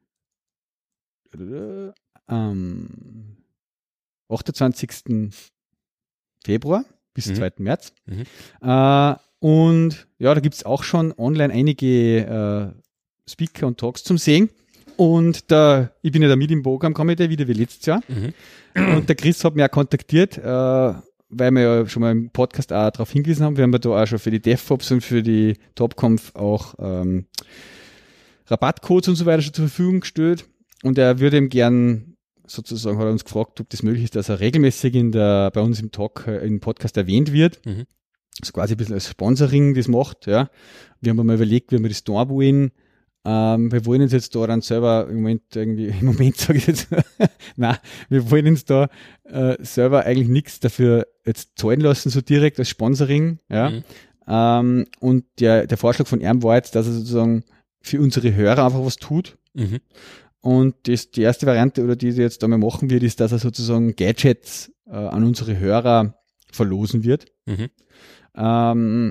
Am achtundzwanzigsten Februar bis Mhm. zweiten März. Mhm. Äh, und ja, da gibt es auch schon online einige äh, Speaker und Talks zum Sehen. Und da, ich bin ja da mit im Programm Comedy, wieder wie letztes Jahr. Mhm. Und der Chris hat mich auch kontaktiert, äh, weil wir ja schon mal im Podcast auch darauf hingewiesen haben. Wir haben ja da auch schon für die DevOps und für die TopConf auch ähm, Rabattcodes und so weiter schon zur Verfügung gestellt. Und er würde ihm gern sozusagen, hat er uns gefragt, ob das möglich ist, dass er regelmäßig in der, bei uns im Talk, äh, im Podcast erwähnt wird. Mhm. So quasi ein bisschen als Sponsoring das macht, ja. Wir haben mal überlegt, wie wir das da wollen. Ähm, wir wollen uns jetzt da dann selber im Moment irgendwie, im Moment sage ich jetzt, nein, wir wollen uns da äh, selber eigentlich nichts dafür jetzt zahlen lassen, so direkt als Sponsoring, ja. Mhm. Ähm, und der, der Vorschlag von ihm war jetzt, dass er sozusagen für unsere Hörer einfach was tut. Mhm. Und das, die erste Variante, oder die er jetzt einmal machen wird, ist, dass er sozusagen Gadgets äh, an unsere Hörer verlosen wird. Mhm. Ähm,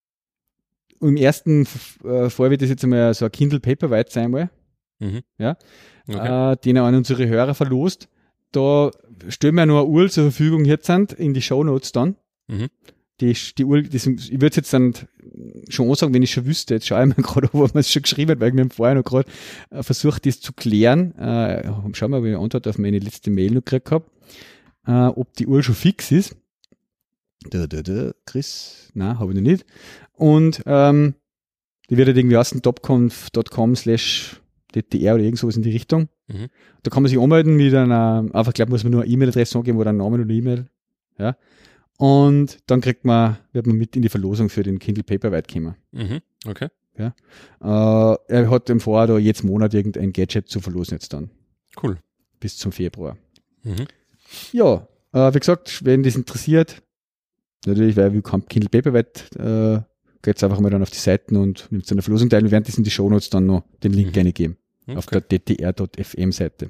Im ersten äh, Fall wird das jetzt einmal so ein Kindle Paperwhite sein, mal, Mhm. Ja. Okay. äh, den er an unsere Hörer verlost. Da stellen wir noch eine U R L zur Verfügung jetzt sind, in die Shownotes dann. Mhm. Die, die U R L, das, ich würde es jetzt dann schon ansagen, wenn ich schon wüsste. Jetzt schaue ich mir gerade an, wo man es schon geschrieben hat, weil wir haben vorher noch gerade äh, versucht, das zu klären. Äh, schauen wir mal, ob ich eine Antwort auf meine letzte Mail noch gekriegt habe. Äh, ob die U R L schon fix ist. Da, da, da, Chris, nein, habe ich noch nicht. Und ähm, die wird halt irgendwie aus dem topconf dot com slash d t r oder irgend sowas in die Richtung. Mhm. Da kann man sich anmelden mit einer, einfach, glaube muss man nur eine E-Mail-Adresse angeben oder einen Namen oder eine E-Mail. Ja. Und dann kriegt man, wird man mit in die Verlosung für den Kindle Paperwhite kommen. Mhm. Okay. Äh, er hat im vor, da jetzt Monat irgendein Gadget zu verlosen jetzt dann. Cool. Bis zum Februar. Mhm. Ja, äh, wie gesagt, wenn das interessiert, natürlich, weil wir kann Kindle Paperwhite, äh, geht's einfach mal dann auf die Seiten und nimmt an der Verlosung teil. Wir werden das in die Shownotes dann noch den Link Mhm. reingeben. Okay. Auf der d t r dot f m Seite.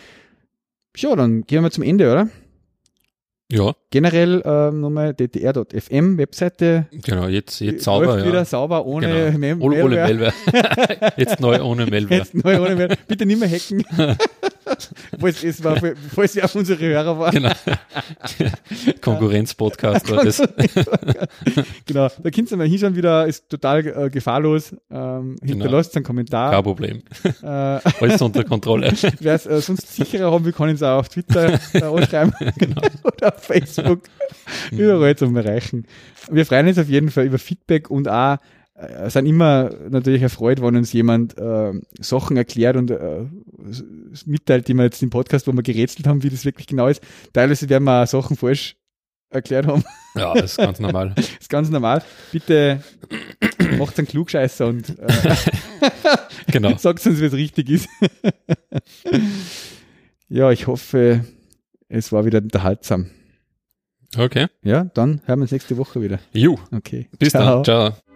Ja, dann gehen wir zum Ende, oder? Ja, Generell ähm, nochmal d t r dot f m Webseite. genau, jetzt, jetzt sauber, Läuft ja. wieder sauber, ohne Genau. Mem- Ohne, ohne Malware. Malware. Jetzt neu ohne Malware. Jetzt neu ohne Malware. Bitte nicht mehr hacken. Falls es war, falls wir auf unsere Hörer waren. Genau. Konkurrenz-Podcast war das. Genau, da könnt ihr mal hinschauen, wieder ist total äh, gefahrlos. Ähm, hinterlasst einen Kommentar. Kein Problem. Äh, Alles unter Kontrolle. Wer es äh, sonst sicherer haben will, kann uns auch auf Twitter äh, anschreiben Genau. oder auf Facebook. Überall zum Erreichen. Wir freuen uns auf jeden Fall über Feedback und auch äh, sind immer natürlich erfreut, wenn uns jemand äh, Sachen erklärt und äh, mitteilt, die wir jetzt im Podcast, wo wir gerätselt haben, wie das wirklich genau ist. Teilweise werden wir auch Sachen falsch erklärt haben. Ja, das ist ganz normal. Das ist ganz normal. Bitte macht einen Klugscheißer und äh, Genau. sagt uns, wie es richtig ist. Ja, ich hoffe, es war wieder unterhaltsam. Okay. Ja, dann hören wir uns nächste Woche wieder. Jo, Okay. bis dann. Ciao.